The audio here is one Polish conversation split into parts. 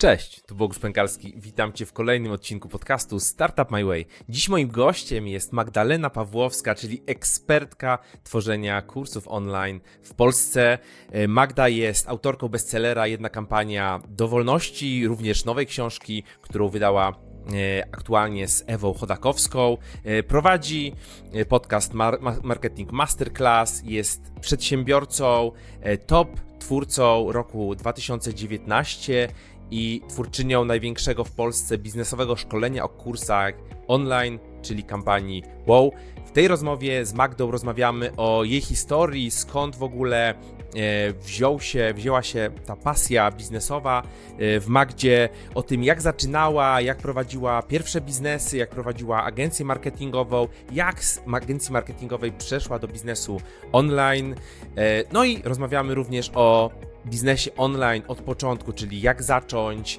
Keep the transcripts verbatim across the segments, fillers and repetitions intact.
Cześć, tu Bogusz Pękalski. Witam Cię w kolejnym odcinku podcastu Startup My Way. Dziś moim gościem jest Magdalena Pawłowska, czyli ekspertka tworzenia kursów online w Polsce. Magda jest autorką bestsellera Jedna kampania do wolności, również nowej książki, którą wydała aktualnie z Ewą Chodakowską. Prowadzi podcast Marketing Masterclass, jest przedsiębiorcą, top twórcą roku dwa tysiące dziewiętnastego i twórczynią największego w Polsce biznesowego szkolenia o kursach online, czyli kampanii WOW. W tej rozmowie z Magdą rozmawiamy o jej historii, skąd w ogóle wziął się, wzięła się ta pasja biznesowa w Magdzie, o tym jak zaczynała, jak prowadziła pierwsze biznesy, jak prowadziła agencję marketingową, jak z agencji marketingowej przeszła do biznesu online. No i rozmawiamy również o biznesie online od początku, czyli jak zacząć,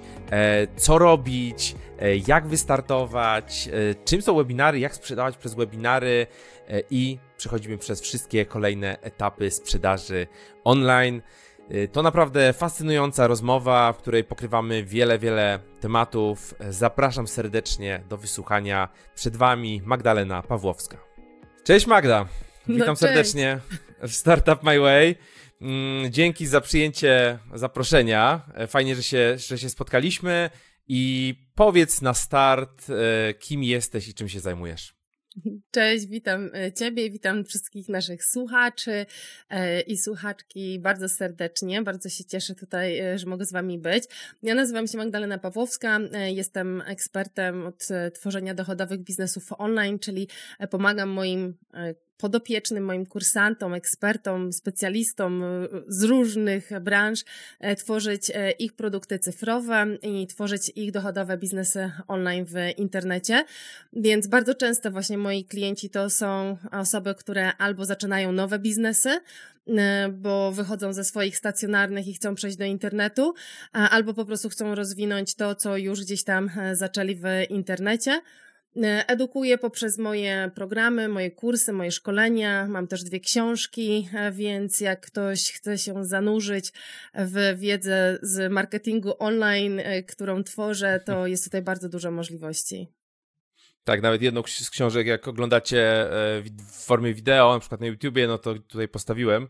co robić, jak wystartować, czym są webinary, jak sprzedawać przez webinary i przechodzimy przez wszystkie kolejne etapy sprzedaży online. To naprawdę fascynująca rozmowa, w której pokrywamy wiele, wiele tematów. Zapraszam serdecznie do wysłuchania. Przed Wami Magdalena Pawłowska. Cześć Magda, witam no, serdecznie w Startup My Way. Dzięki za przyjęcie zaproszenia. Fajnie, że się, że się spotkaliśmy i powiedz na start, kim jesteś i czym się zajmujesz. Cześć, witam Ciebie, witam wszystkich naszych słuchaczy i słuchaczki bardzo serdecznie. Bardzo się cieszę tutaj, że mogę z Wami być. Ja nazywam się Magdalena Pawłowska, jestem ekspertem od tworzenia dochodowych biznesów online, czyli pomagam moim podopiecznym, moim kursantom, ekspertom, specjalistom z różnych branż tworzyć ich produkty cyfrowe i tworzyć ich dochodowe biznesy online w internecie. Więc bardzo często właśnie moi klienci to są osoby, które albo zaczynają nowe biznesy, bo wychodzą ze swoich stacjonarnych i chcą przejść do internetu, albo po prostu chcą rozwinąć to, co już gdzieś tam zaczęli w internecie. Edukuję poprzez moje programy, moje kursy, moje szkolenia. Mam też dwie książki, więc jak ktoś chce się zanurzyć w wiedzę z marketingu online, którą tworzę, to jest tutaj bardzo dużo możliwości. Tak, nawet jedną z książek, jak oglądacie w formie wideo, na przykład na YouTubie, no to tutaj postawiłem.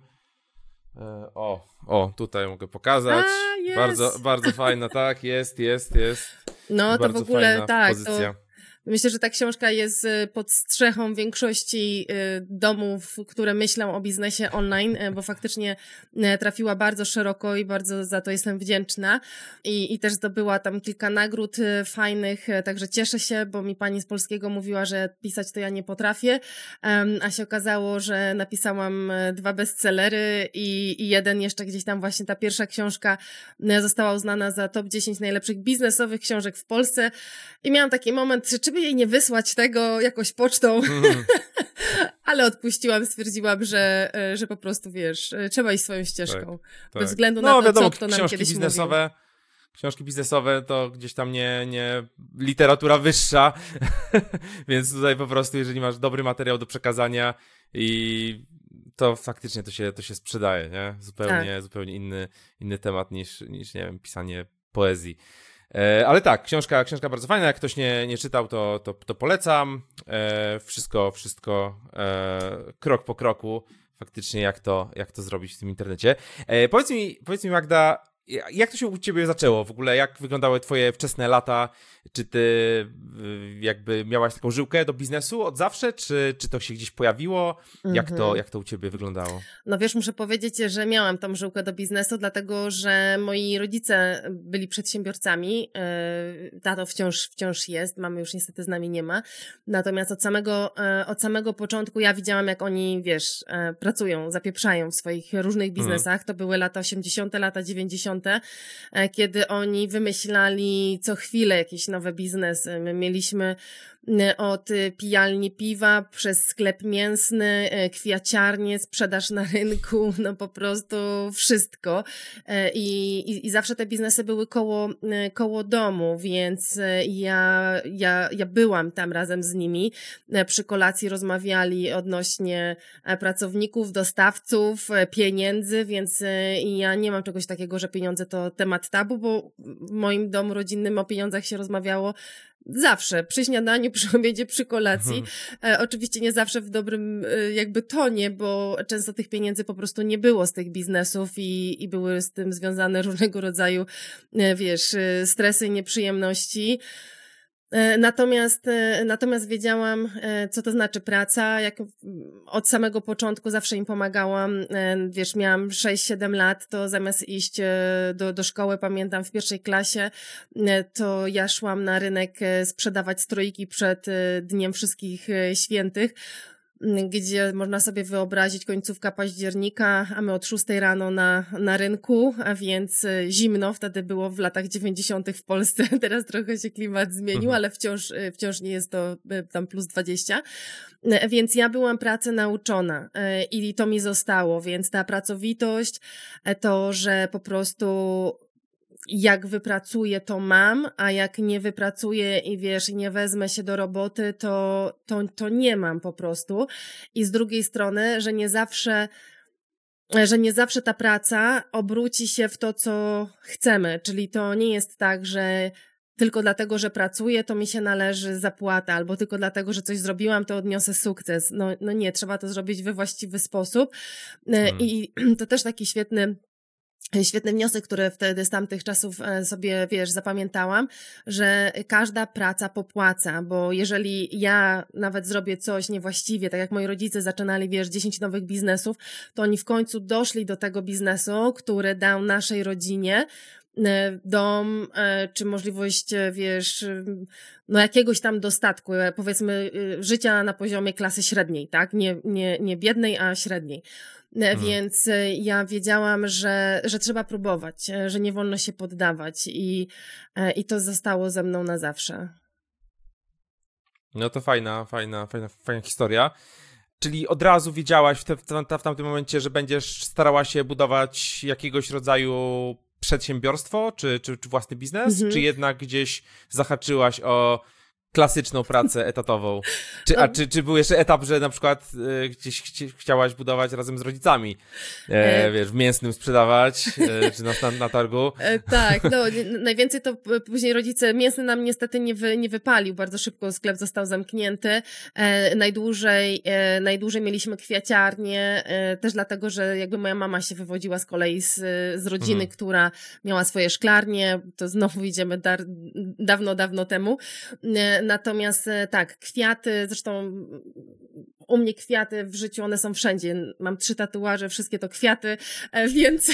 O, o, tutaj mogę pokazać. A, jest. Bardzo, bardzo fajna, tak, jest, jest, jest. No to w ogóle tak. Pozycja. To... Myślę, że ta książka jest pod strzechą większości domów, które myślą o biznesie online, bo faktycznie trafiła bardzo szeroko i bardzo za to jestem wdzięczna. I, i też zdobyła tam kilka nagród fajnych, także cieszę się, bo mi pani z polskiego mówiła, że pisać to ja nie potrafię, a się okazało, że napisałam dwa bestsellery i, i jeden jeszcze gdzieś tam właśnie ta pierwsza książka została uznana za top dziesięć najlepszych biznesowych książek w Polsce i miałam taki moment, czy by jej nie wysłać tego jakoś pocztą, mm. ale odpuściłam, stwierdziłam, że, że po prostu, wiesz, trzeba iść swoją ścieżką. Tak, tak. Bez względu no, na to, wiadomo, co kto nam kiedyś biznesowe, mówił. Książki biznesowe to gdzieś tam nie, nie literatura wyższa, więc tutaj po prostu, jeżeli masz dobry materiał do przekazania i to faktycznie to się, to się sprzedaje, nie? Zupełnie, tak. zupełnie inny, inny temat niż, niż, nie wiem, pisanie poezji. Ale tak, książka, książka bardzo fajna, jak ktoś nie, nie czytał, to, to, to polecam. E, wszystko, wszystko e, krok po kroku, faktycznie jak to, jak to zrobić w tym internecie. E, powiedz mi, powiedz mi Magda, jak to się u Ciebie zaczęło w ogóle? Jak wyglądały Twoje wczesne lata? Czy Ty jakby miałaś taką żyłkę do biznesu od zawsze? Czy, czy to się gdzieś pojawiło? Jak, mm-hmm. to, jak to u Ciebie wyglądało? No wiesz, muszę powiedzieć, że miałam tą żyłkę do biznesu, dlatego że moi rodzice byli przedsiębiorcami. Tato wciąż, wciąż jest, mamy już niestety z nami nie ma. Natomiast od samego, od samego początku ja widziałam, jak oni, wiesz, pracują, zapieprzają w swoich różnych biznesach. Mm. To były lata osiemdziesiąte, lata dziewięćdziesiąte, kiedy oni wymyślali co chwilę jakieś nowe biznesy. My mieliśmy od pijalni piwa, przez sklep mięsny, kwiaciarnię, sprzedaż na rynku, no po prostu wszystko. I, i, i zawsze te biznesy były koło, koło domu, więc ja, ja, ja byłam tam razem z nimi. Przy kolacji rozmawiali odnośnie pracowników, dostawców, pieniędzy, więc ja nie mam czegoś takiego, że pieniądze to temat tabu, bo w moim domu rodzinnym o pieniądzach się rozmawiało zawsze, przy śniadaniu, przy obiedzie, przy kolacji. E, oczywiście nie zawsze w dobrym e, jakby tonie, bo często tych pieniędzy po prostu nie było z tych biznesów i, i były z tym związane różnego rodzaju, e, wiesz, e, stresy i nieprzyjemności. Natomiast, natomiast wiedziałam, co to znaczy praca, jak od samego początku zawsze im pomagałam, wiesz, miałam sześć siedem lat, to zamiast iść do, do szkoły, pamiętam w pierwszej klasie, to ja szłam na rynek sprzedawać stroiki przed Dniem Wszystkich Świętych, gdzie można sobie wyobrazić końcówka października, a my od szóstej rano na, na rynku, a więc zimno, wtedy było w latach dziewięćdziesiątych w Polsce, teraz trochę się klimat zmienił, mhm. ale wciąż, wciąż nie jest to tam plus dwadzieścia, więc ja byłam pracy nauczona i to mi zostało, więc ta pracowitość, to, że po prostu jak wypracuję, to mam, a jak nie wypracuję i wiesz, nie wezmę się do roboty, to, to, to nie mam po prostu. I z drugiej strony, że nie zawsze, że nie zawsze ta praca obróci się w to, co chcemy. Czyli to nie jest tak, że tylko dlatego, że pracuję, to mi się należy zapłata, albo tylko dlatego, że coś zrobiłam, to odniosę sukces. No, no nie, trzeba to zrobić we właściwy sposób. Hmm. I to też taki świetny Świetny wniosek, który wtedy z tamtych czasów sobie, wiesz, zapamiętałam, że każda praca popłaca, bo jeżeli ja nawet zrobię coś niewłaściwie, tak jak moi rodzice zaczynali, wiesz, dziesięć nowych biznesów, to oni w końcu doszli do tego biznesu, który dał naszej rodzinie dom, czy możliwość, wiesz, no jakiegoś tam dostatku, powiedzmy życia na poziomie klasy średniej, tak? Nie, nie, nie biednej, a średniej. Hmm. Więc ja wiedziałam, że, że trzeba próbować, że nie wolno się poddawać i, i to zostało ze mną na zawsze. No to fajna, fajna, fajna, fajna historia. Czyli od razu wiedziałaś w, te, w, w tamtym momencie, że będziesz starała się budować jakiegoś rodzaju przedsiębiorstwo, czy, czy, czy własny biznes, mhm. czy jednak gdzieś zahaczyłaś o klasyczną pracę etatową? Czy, a czy, czy był jeszcze etap, że na przykład e, gdzieś chci, chciałaś budować razem z rodzicami, e, wiesz, w mięsnym sprzedawać, e, czy na, na, na targu? E, tak, no najwięcej to później rodzice, mięsny nam niestety nie, wy, nie wypalił, bardzo szybko sklep został zamknięty, e, najdłużej, e, najdłużej mieliśmy kwiaciarnię, e, też dlatego, że jakby moja mama się wywodziła z kolei z, z rodziny, mhm. która miała swoje szklarnie, to znowu idziemy dar, dawno, dawno temu. E, Natomiast tak, kwiaty, zresztą u mnie kwiaty w życiu, one są wszędzie. Mam trzy tatuaże, wszystkie to kwiaty, więc,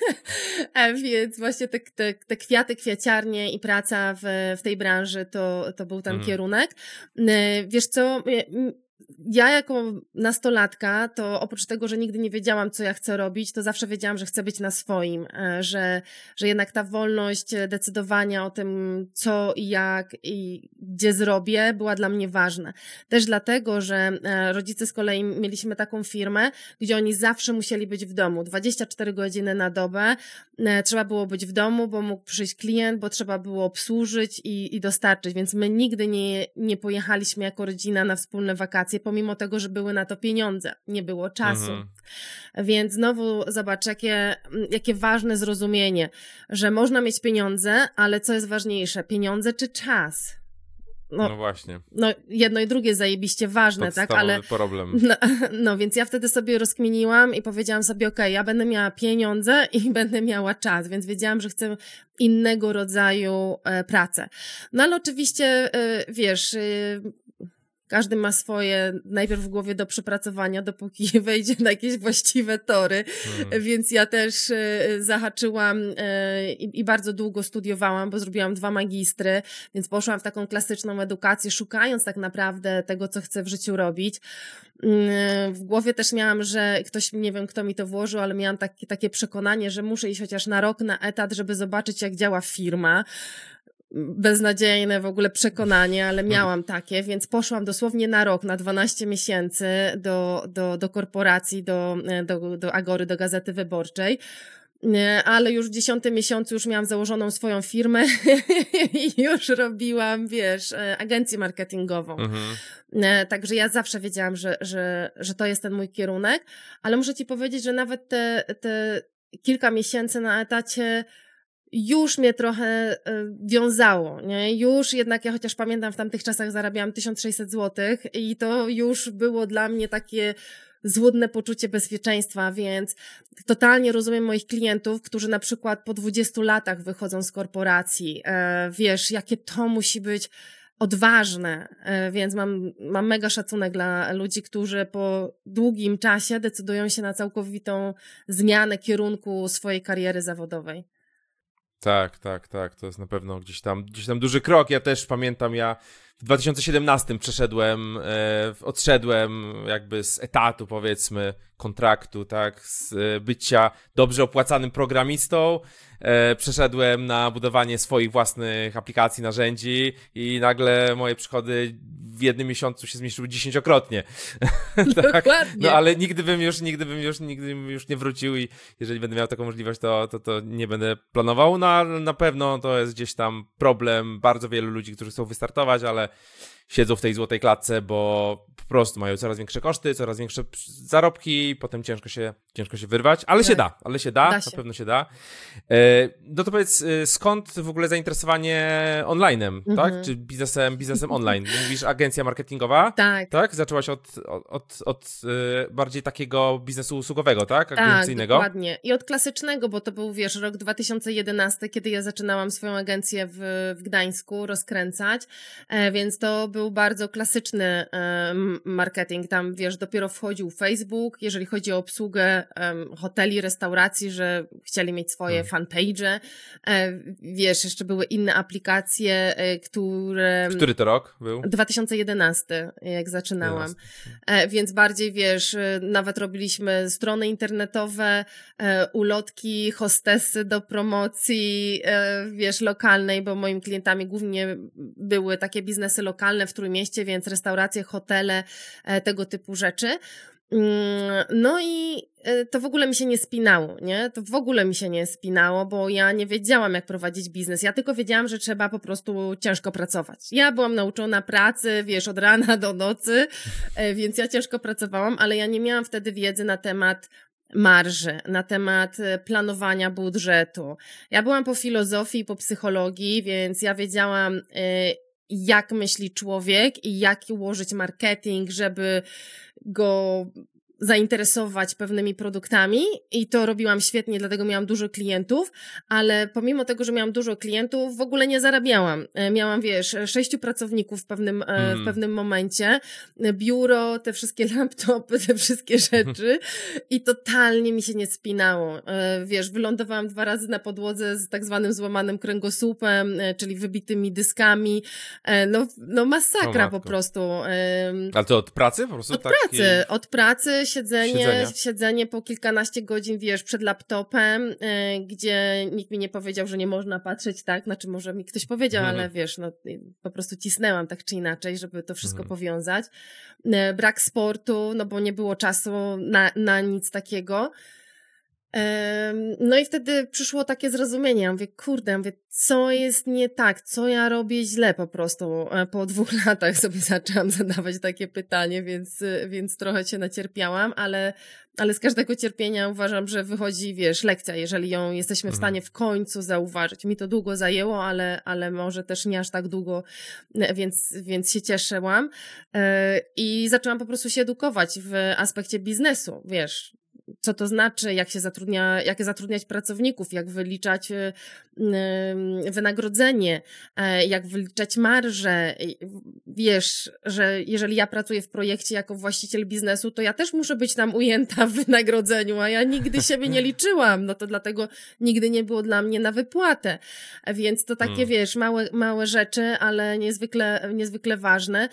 więc właśnie te, te, te kwiaty, kwiaciarnie i praca w, w tej branży to, to był ten mm. kierunek. Wiesz co, ja jako nastolatka, to oprócz tego, że nigdy nie wiedziałam, co ja chcę robić, to zawsze wiedziałam, że chcę być na swoim, że, że jednak ta wolność decydowania o tym, co i jak i gdzie zrobię, była dla mnie ważna. Też dlatego, że rodzice z kolei mieliśmy taką firmę, gdzie oni zawsze musieli być w domu, dwadzieścia cztery godziny na dobę, trzeba było być w domu, bo mógł przyjść klient, bo trzeba było obsłużyć i, i dostarczyć, więc my nigdy nie, nie pojechaliśmy jako rodzina na wspólne wakacje, pomimo tego, że były na to pieniądze, nie było czasu. Mhm. Więc znowu zobacz, jakie, jakie ważne zrozumienie, że można mieć pieniądze, ale co jest ważniejsze, pieniądze czy czas? No, no właśnie. No jedno i drugie zajebiście ważne, podstawowy tak? Ale problem. No, no więc ja wtedy sobie rozkminiłam i powiedziałam sobie, okej, okay, ja będę miała pieniądze i będę miała czas, więc wiedziałam, że chcę innego rodzaju e, pracę. No ale oczywiście, e, wiesz... E, Każdy ma swoje najpierw w głowie do przepracowania, dopóki wejdzie na jakieś właściwe tory, hmm. więc ja też y, zahaczyłam y, i bardzo długo studiowałam, bo zrobiłam dwa magistry, więc poszłam w taką klasyczną edukację, szukając tak naprawdę tego, co chcę w życiu robić. Y, w głowie też miałam, że ktoś, nie wiem kto mi to włożył, ale miałam takie, takie przekonanie, że muszę iść chociaż na rok na etat, żeby zobaczyć, jak działa firma. beznadziejne w ogóle przekonanie, ale miałam takie, więc poszłam dosłownie na rok, na dwanaście miesięcy do, do, do korporacji, do, do, do Agory, do Gazety Wyborczej. Ale już w dziesiątym miesiącu już miałam założoną swoją firmę i już robiłam, wiesz, agencję marketingową. Mhm. Także ja zawsze wiedziałam, że, że, że to jest ten mój kierunek, ale muszę ci powiedzieć, że nawet te, te kilka miesięcy na etacie już mnie trochę wiązało, nie? Już jednak ja chociaż pamiętam, w tamtych czasach zarabiałam tysiąc sześćset złotych i to już było dla mnie takie złudne poczucie bezpieczeństwa, więc totalnie rozumiem moich klientów, którzy na przykład po dwudziestu latach wychodzą z korporacji. E, wiesz, jakie to musi być odważne, e, więc mam, mam mega szacunek dla ludzi, którzy po długim czasie decydują się na całkowitą zmianę kierunku swojej kariery zawodowej. Tak, tak, tak, to jest na pewno gdzieś tam, gdzieś tam duży krok. Ja też pamiętam, ja w dwa tysiące siedemnastym przeszedłem, e, odszedłem jakby z etatu, powiedzmy, kontraktu, tak, z bycia dobrze opłacanym programistą, e, przeszedłem na budowanie swoich własnych aplikacji, narzędzi i nagle moje przychody w jednym miesiącu się zmniejszyły dziesięciokrotnie. Tak? No ale nigdy bym już, nigdy bym już, nigdy bym już nie wrócił i jeżeli będę miał taką możliwość, to, to, to nie będę planował. No ale na pewno to jest gdzieś tam problem bardzo wielu ludzi, którzy chcą wystartować, ale siedzą w tej złotej klatce, bo po prostu mają coraz większe koszty, coraz większe zarobki, potem ciężko się, ciężko się wyrwać, ale tak. się da, ale się da, da się. Na pewno się da. E, no to powiedz, skąd w ogóle zainteresowanie online'em, mhm. tak? Czy biznesem, biznesem online? Mówisz agencja marketingowa? Tak. Tak? Zaczęłaś od, od, od, od y, bardziej takiego biznesu usługowego, tak? Agencyjnego? Tak, dokładnie. I od klasycznego, bo to był, wiesz, rok dwa tysiące jedenasty, kiedy ja zaczynałam swoją agencję w, w Gdańsku rozkręcać, e, więc to był bardzo klasyczny e, marketing. Tam, wiesz, dopiero wchodził Facebook, jeżeli chodzi o obsługę um, hoteli, restauracji, że chcieli mieć swoje hmm. fanpage. E, wiesz, jeszcze były inne aplikacje, e, które... Który to rok był? dwa tysiące jedenasty, jak zaczynałam. E, więc bardziej, wiesz, nawet robiliśmy strony internetowe, e, ulotki, hostessy do promocji, e, wiesz, lokalnej, bo moimi klientami głównie były takie biznesy lokalne w Trójmieście, więc restauracje, hotele, e, tego typu rzeczy. No i to w ogóle mi się nie spinało, nie? To w ogóle mi się nie spinało, bo ja nie wiedziałam, jak prowadzić biznes. Ja tylko wiedziałam, że trzeba po prostu ciężko pracować. Ja byłam nauczona pracy, wiesz, od rana do nocy, więc ja ciężko pracowałam, ale ja nie miałam wtedy wiedzy na temat marży, na temat planowania budżetu. Ja byłam po filozofii i po psychologii, więc ja wiedziałam, jak myśli człowiek i jak ułożyć marketing, żeby go zainteresować pewnymi produktami i to robiłam świetnie, dlatego miałam dużo klientów, ale pomimo tego, że miałam dużo klientów, w ogóle nie zarabiałam. Miałam, wiesz, sześciu pracowników w pewnym, mm. w pewnym momencie, biuro, te wszystkie laptopy, te wszystkie rzeczy i totalnie mi się nie spinało. Wiesz, wylądowałam dwa razy na podłodze z tak zwanym złamanym kręgosłupem, czyli wybitymi dyskami. No, no masakra po prostu. Ale to od pracy po prostu? Od taki... pracy, od pracy. Siedzenie, siedzenie po kilkanaście godzin, wiesz, przed laptopem, yy, gdzie nikt mi nie powiedział, że nie można patrzeć, tak? Znaczy może mi ktoś powiedział, mhm. ale wiesz, no po prostu cisnęłam tak czy inaczej, żeby to wszystko mhm. powiązać. Yy, brak sportu, no bo nie było czasu na, na nic takiego. No i wtedy przyszło takie zrozumienie, ja mówię, kurde, ja mówię, co jest nie tak, co ja robię źle po prostu. Po dwóch latach sobie zaczęłam zadawać takie pytanie, więc, więc trochę się nacierpiałam, ale, ale z każdego cierpienia uważam, że wychodzi, wiesz, lekcja, jeżeli ją jesteśmy w stanie w końcu zauważyć. Mi to długo zajęło, ale, ale może też nie aż tak długo, więc, więc się cieszyłam i zaczęłam po prostu się edukować w aspekcie biznesu, wiesz, co to znaczy, jak się zatrudnia, jak zatrudniać pracowników, jak wyliczać wynagrodzenie, jak wyliczać marżę, wiesz, że jeżeli ja pracuję w projekcie jako właściciel biznesu, to ja też muszę być tam ujęta w wynagrodzeniu, a ja nigdy siebie nie liczyłam, no to dlatego nigdy nie było dla mnie na wypłatę. Więc to takie, hmm. wiesz, małe, małe rzeczy, ale niezwykle, niezwykle ważne.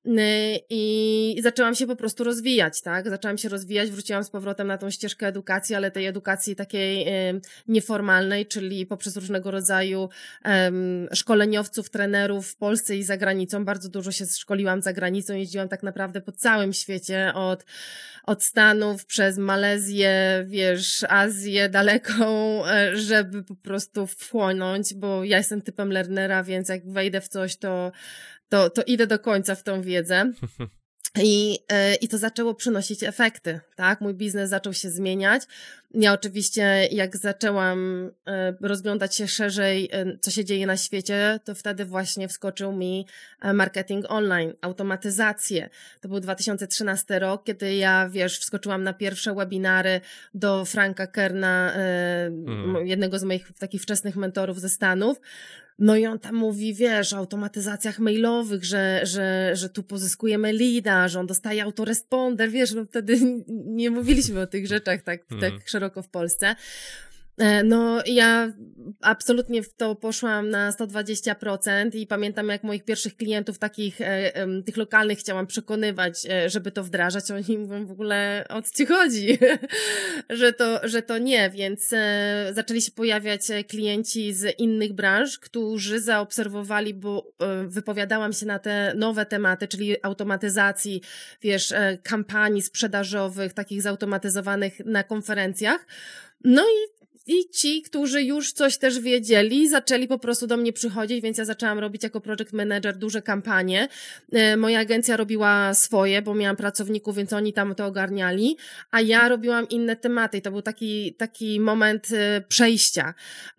I zaczęłam się po prostu rozwijać, tak? Zaczęłam się rozwijać, wróciłam z powrotem na tą ścieżkę edukacji, ale tej edukacji takiej nieformalnej, czyli poprzez różnego rodzaju um, szkoleniowców, trenerów w Polsce i za granicą. Bardzo dużo się szkoliłam za granicą, jeździłam tak naprawdę po całym świecie, od, od Stanów przez Malezję, wiesz, Azję daleką, żeby po prostu wchłonąć, bo ja jestem typem learnera, więc jak wejdę w coś, to To, to idę do końca w tą wiedzę i, i to zaczęło przynosić efekty, tak? Mój biznes zaczął się zmieniać. Ja oczywiście jak zaczęłam rozglądać się szerzej, co się dzieje na świecie, to wtedy właśnie wskoczył mi marketing online, automatyzację. To był dwa tysiące trzynasty rok, kiedy ja, wiesz, wskoczyłam na pierwsze webinary do Franka Kerna, mm. jednego z moich takich wczesnych mentorów ze Stanów. No i on tam mówi, wiesz, o automatyzacjach mailowych, że, że, że tu pozyskujemy leada, że on dostaje autoresponder, wiesz, no wtedy nie mówiliśmy o tych rzeczach tak, tak szeroko w Polsce. No ja absolutnie w to poszłam na sto dwadzieścia procent i pamiętam, jak moich pierwszych klientów takich, tych lokalnych chciałam przekonywać, żeby to wdrażać. Oni mówią, w ogóle o co ci chodzi, że to, że to nie, więc zaczęli się pojawiać klienci z innych branż, którzy zaobserwowali, bo wypowiadałam się na te nowe tematy, czyli automatyzacji, wiesz, kampanii sprzedażowych, takich zautomatyzowanych na konferencjach. No i I ci, którzy już coś też wiedzieli, zaczęli po prostu do mnie przychodzić, więc ja zaczęłam robić jako project manager duże kampanie. Moja agencja robiła swoje, bo miałam pracowników, więc oni tam to ogarniali, a ja robiłam inne tematy i to był taki, taki moment przejścia.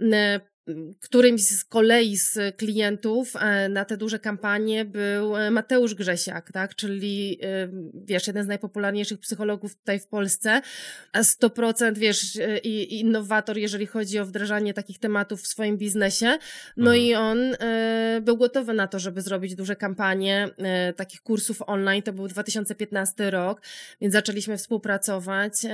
Którymś z kolei z klientów na te duże kampanie był Mateusz Grzesiak, tak, czyli wiesz, jeden z najpopularniejszych psychologów tutaj w Polsce, sto procent wiesz, i innowator, jeżeli chodzi o wdrażanie takich tematów w swoim biznesie, no mhm. i on y, był gotowy na to, żeby zrobić duże kampanie y, takich kursów online, to był dwa tysiące piętnasty rok, więc zaczęliśmy współpracować y,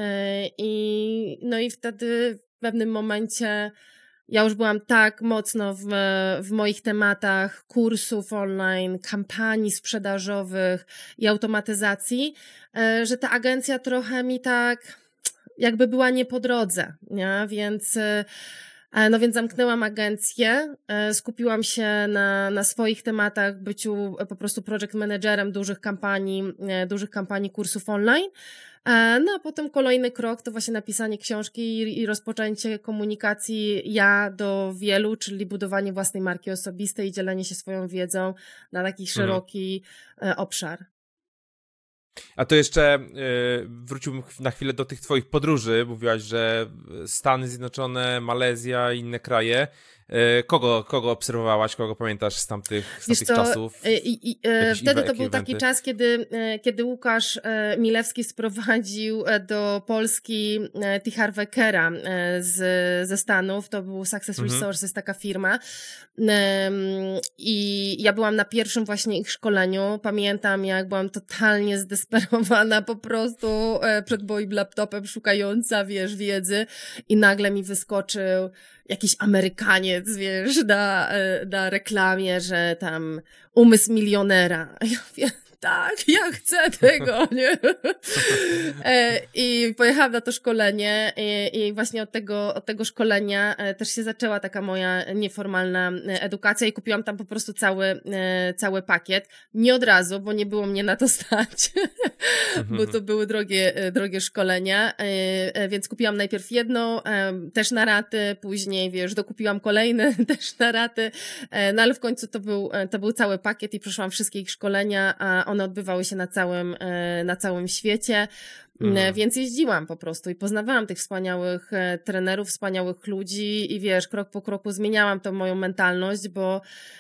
i no i wtedy w pewnym momencie ja już byłam tak mocno w, w moich tematach kursów online, kampanii sprzedażowych i automatyzacji, że ta agencja trochę mi tak jakby była nie po drodze, nie? Więc no więc zamknęłam agencję, skupiłam się na, na swoich tematach, byciu po prostu project managerem dużych kampanii, dużych kampanii kursów online. No a potem kolejny krok to właśnie napisanie książki i, i rozpoczęcie komunikacji ja do wielu, czyli budowanie własnej marki osobistej i dzielenie się swoją wiedzą na taki szeroki mhm. obszar. A to jeszcze yy, wróciłbym na chwilę do tych twoich podróży. Mówiłaś, że Stany Zjednoczone, Malezja i inne kraje. Yy, kogo, kogo obserwowałaś, kogo pamiętasz z tamtych, z tamtych co, czasów? I, i, e, wtedy to był taki czas, kiedy, kiedy Łukasz Milewski sprowadził do Polski T. Harv Ekera z, ze Stanów. To był Success Resources, mhm. taka firma. I ja byłam na pierwszym właśnie ich szkoleniu. Pamiętam, jak byłam totalnie zdesperowana po prostu przed moim laptopem, szukająca, wiesz, wiedzy i nagle mi wyskoczył jakiś Amerykaniec, wiesz, na, na reklamie, że tam umysł milionera. Ja mówię, tak, ja chcę tego, nie? I pojechałam na to szkolenie i, i właśnie od tego, od tego szkolenia też się zaczęła taka moja nieformalna edukacja i kupiłam tam po prostu cały, cały pakiet. Nie od razu, bo nie było mnie na to stać, bo to były drogie, drogie szkolenia, więc kupiłam najpierw jedno, też na raty, później, wiesz, dokupiłam kolejne, też na raty, no ale w końcu to był, to był cały pakiet i przeszłam wszystkie ich szkolenia, a one odbywały się na całym, na całym świecie, mhm. więc jeździłam po prostu i poznawałam tych wspaniałych trenerów, wspaniałych ludzi i wiesz, krok po kroku zmieniałam tą moją mentalność, bo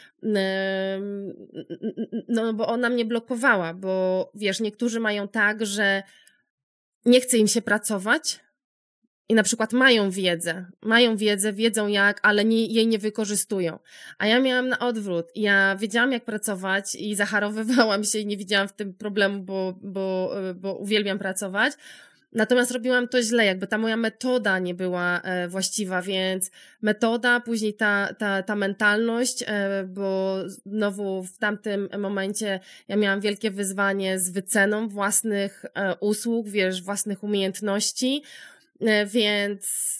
no bo ona mnie blokowała, bo wiesz, niektórzy mają tak, że nie chce im się pracować, i na przykład mają wiedzę, mają wiedzę, wiedzą jak, ale nie, jej nie wykorzystują. A ja miałam na odwrót. Ja wiedziałam jak pracować i zacharowywałam się i nie widziałam w tym problemu, bo, bo, bo uwielbiam pracować. Natomiast robiłam to źle, jakby ta moja metoda nie była e, właściwa, więc metoda, później ta, ta, ta mentalność, e, bo znowu w tamtym momencie ja miałam wielkie wyzwanie z wyceną własnych e, usług, wiesz, własnych umiejętności, e, więc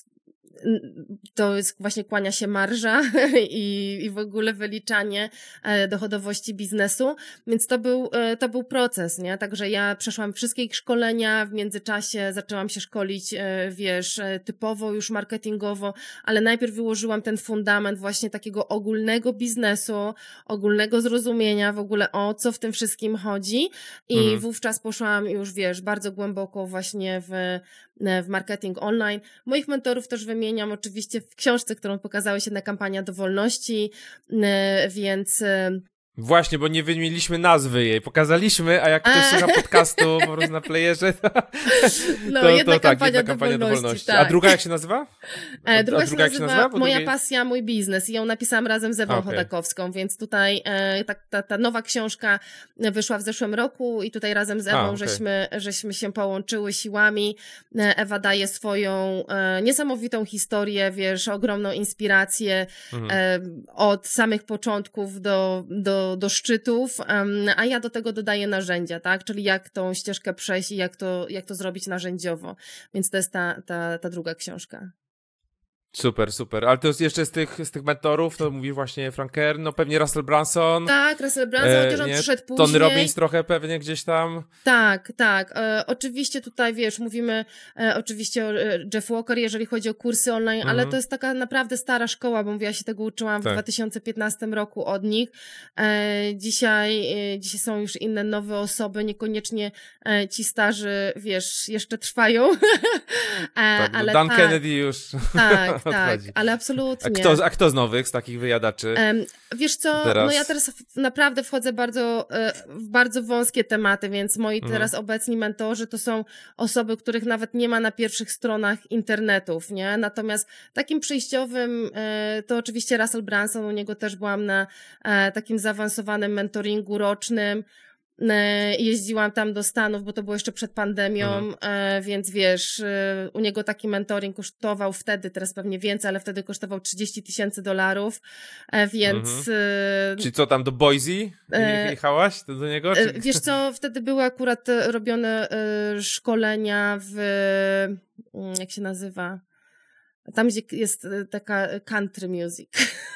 to jest właśnie kłania się marża i, i w ogóle wyliczanie dochodowości biznesu, więc to był, to był proces, nie? Także ja przeszłam wszystkie ich szkolenia, w międzyczasie zaczęłam się szkolić, wiesz, typowo już marketingowo, ale najpierw wyłożyłam ten fundament właśnie takiego ogólnego biznesu, ogólnego zrozumienia w ogóle o co w tym wszystkim chodzi i mhm. wówczas poszłam już, wiesz, bardzo głęboko właśnie w w marketing online. Moich mentorów też wymieniam oczywiście w książce, którą pokazałeś, jedna kampania do wolności, więc... Właśnie, bo nie wymieniliśmy nazwy jej. Pokazaliśmy, a jak ktoś słucha podcastu po prostu na playerze, to, no, to, jedna to kampania, tak, jedna do, kampania wolności, do wolności. tak. A druga jak się nazywa? A, e, druga, a druga się jak nazywa się nazywa? Moja drugiej... pasja, mój biznes i ją napisałam razem z Ewą okay. Chodakowską, więc tutaj e, ta, ta, ta nowa książka wyszła w zeszłym roku i tutaj razem z Ewą a, okay. żeśmy, żeśmy się połączyły siłami. Ewa daje swoją e, niesamowitą historię, wiesz, ogromną inspirację mhm. e, od samych początków do, do, do szczytów, e, a ja do tego dodaję narzędzia, tak? Czyli jak tą ścieżkę przejść i jak to, jak to zrobić narzędziowo. Więc to jest ta, ta, ta druga książka. Super, super. Ale to jest jeszcze z tych, z tych mentorów, to mówisz właśnie Frank Kern, no pewnie Russell Brunson. Tak, Russell Brunson, chociaż on przyszedł później. Tony Robbins trochę pewnie gdzieś tam. Tak, tak. E, oczywiście tutaj, wiesz, mówimy e, oczywiście o e, Jeff Walker, jeżeli chodzi o kursy online, mhm. ale to jest taka naprawdę stara szkoła, bo mówię, ja się tego uczyłam w tak. dwa tysiące piętnastym roku od nich. E, dzisiaj, e, dzisiaj są już inne nowe osoby, niekoniecznie e, ci starzy, wiesz, jeszcze trwają. e, tak, ale Dan tak, Kennedy już. Tak, tak, ale absolutnie. A kto, a kto z nowych, z takich wyjadaczy? Um, wiesz co, teraz? no ja teraz naprawdę wchodzę bardzo, w bardzo wąskie tematy, więc moi mhm. teraz obecni mentorzy to są osoby, których nawet nie ma na pierwszych stronach internetów, nie? Natomiast takim przejściowym to oczywiście Russell Brunson, u niego też byłam na takim zaawansowanym mentoringu rocznym. Jeździłam tam do Stanów, bo to było jeszcze przed pandemią, mhm. więc wiesz, u niego taki mentoring kosztował wtedy, teraz pewnie więcej, ale wtedy kosztował trzydzieści tysięcy dolarów, więc... Mhm. Czyli co, tam do Boise jechałaś do niego? Czy... Wiesz co, wtedy były akurat robione szkolenia w... jak się nazywa? Tam, gdzie jest taka country music.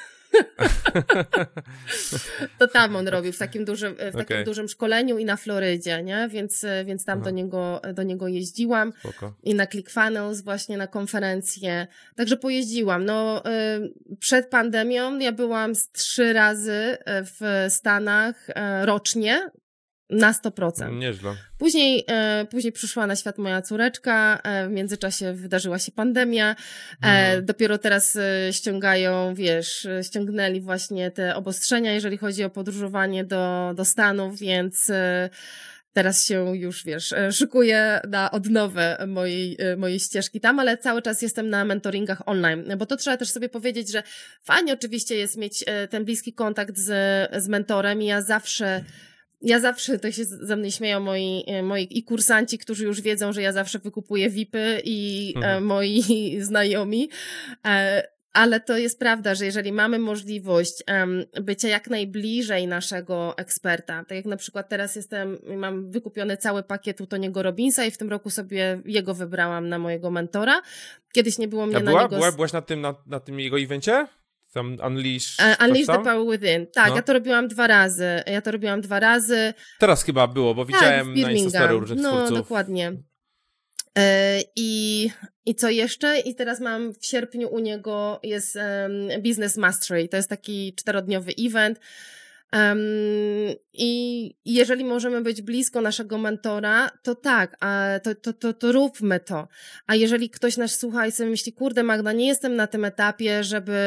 To tam on robił w takim dużym, w takim okay. dużym szkoleniu i na Florydzie, nie? Więc, więc tam do niego, do niego jeździłam. Spoko. I na ClickFunnels właśnie na konferencję. Także pojeździłam. No, przed pandemią ja byłam z trzy razy w Stanach rocznie. Na sto procent. Nieźle. Później, e, później przyszła na świat moja córeczka, e, w międzyczasie wydarzyła się pandemia, e, mm. dopiero teraz e, ściągają, wiesz, ściągnęli właśnie te obostrzenia, jeżeli chodzi o podróżowanie do, do Stanów, więc e, teraz się już, wiesz, szykuję na odnowę mojej, mojej ścieżki tam, ale cały czas jestem na mentoringach online, bo to trzeba też sobie powiedzieć, że fajnie oczywiście jest mieć ten bliski kontakt z, z mentorem i ja zawsze Ja zawsze, to się ze mnie śmieją moi, moi i kursanci, którzy już wiedzą, że ja zawsze wykupuję V I P-y i mhm. moi znajomi, ale to jest prawda, że jeżeli mamy możliwość bycia jak najbliżej naszego eksperta, tak jak na przykład teraz jestem, mam wykupiony cały pakiet u Tony'ego Robbinsa i w tym roku sobie jego wybrałam na mojego mentora. Kiedyś nie było mnie A na była? niego... Była? Byłaś na tym, na, na tym jego evencie? Tam Unleash... Uh, Unleash the Power Within. Tak, no. ja to robiłam dwa razy. Ja to robiłam dwa razy. Teraz chyba było, bo widziałem tak, na Instastory różnych no, twórców. No, dokładnie. E, i, I co jeszcze? I teraz mam w sierpniu u niego jest um, Business Mastery. To jest taki czterodniowy event. Um, I jeżeli możemy być blisko naszego mentora, to tak, a to, to, to, to róbmy to. A jeżeli ktoś nas słucha i sobie myśli, kurde Magda, nie jestem na tym etapie, żeby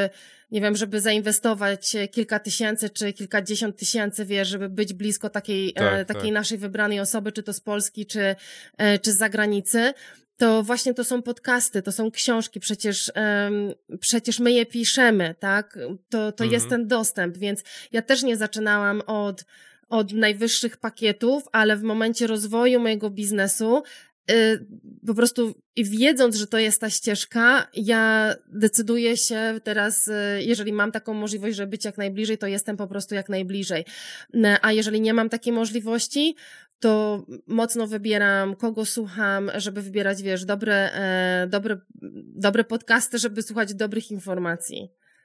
nie wiem, żeby zainwestować kilka tysięcy czy kilkadziesiąt tysięcy, wiesz, żeby być blisko takiej, tak, e, takiej tak. naszej wybranej osoby, czy to z Polski, czy, e, czy z zagranicy, to właśnie to są podcasty, to są książki, przecież, um, przecież my je piszemy, tak? To, to Mhm. jest ten dostęp, więc ja też nie zaczynałam od, od najwyższych pakietów, ale w momencie rozwoju mojego biznesu y, po prostu i wiedząc, że to jest ta ścieżka, ja decyduję się teraz, y, jeżeli mam taką możliwość, żeby być jak najbliżej, to jestem po prostu jak najbliżej. Y, a jeżeli nie mam takiej możliwości, to mocno wybieram, kogo słucham, żeby wybierać, wiesz, dobre, e, dobre, dobre podcasty, żeby słuchać dobrych informacji.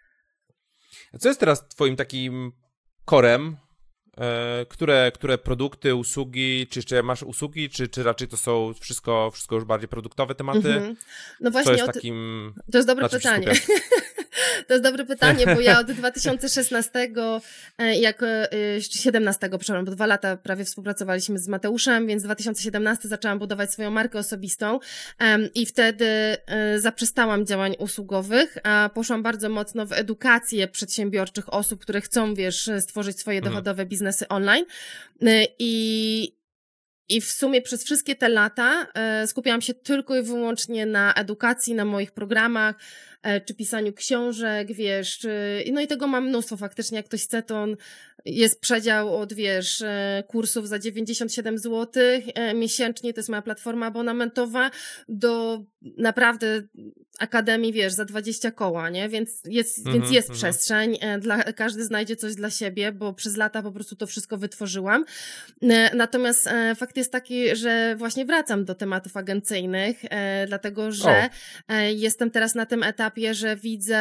A co jest teraz twoim takim korem? E, które, które produkty, usługi, czy jeszcze masz usługi, czy, czy raczej to są wszystko, wszystko już bardziej produktowe tematy? Mm-hmm. No właśnie, co jest od... takim... To jest dobre pytanie. To jest dobre pytanie, bo ja od dwa tysiące szesnastego, jak, siedemnastego, przepraszam, bo dwa lata prawie współpracowaliśmy z Mateuszem, więc dwa tysiące siedemnasty zaczęłam budować swoją markę osobistą i wtedy zaprzestałam działań usługowych, a poszłam bardzo mocno w edukację przedsiębiorczych osób, które chcą, wiesz, stworzyć swoje dochodowe mhm. biznesy online i I w sumie przez wszystkie te lata e, skupiałam się tylko i wyłącznie na edukacji, na moich programach, e, czy pisaniu książek, wiesz, czy, no i tego mam mnóstwo faktycznie, jak ktoś chce, to on jest przedział od, wiesz, e, kursów za dziewięćdziesiąt siedem złotych e, miesięcznie, to jest moja platforma abonamentowa, do naprawdę akademii, wiesz, za dwadzieścia koła, nie? Więc jest, mm-hmm, więc jest mm-hmm. przestrzeń, e, dla, każdy znajdzie coś dla siebie, bo przez lata po prostu to wszystko wytworzyłam. E, natomiast e, fakt jest taki, że właśnie wracam do tematów agencyjnych, e, dlatego, że e, jestem teraz na tym etapie, że widzę,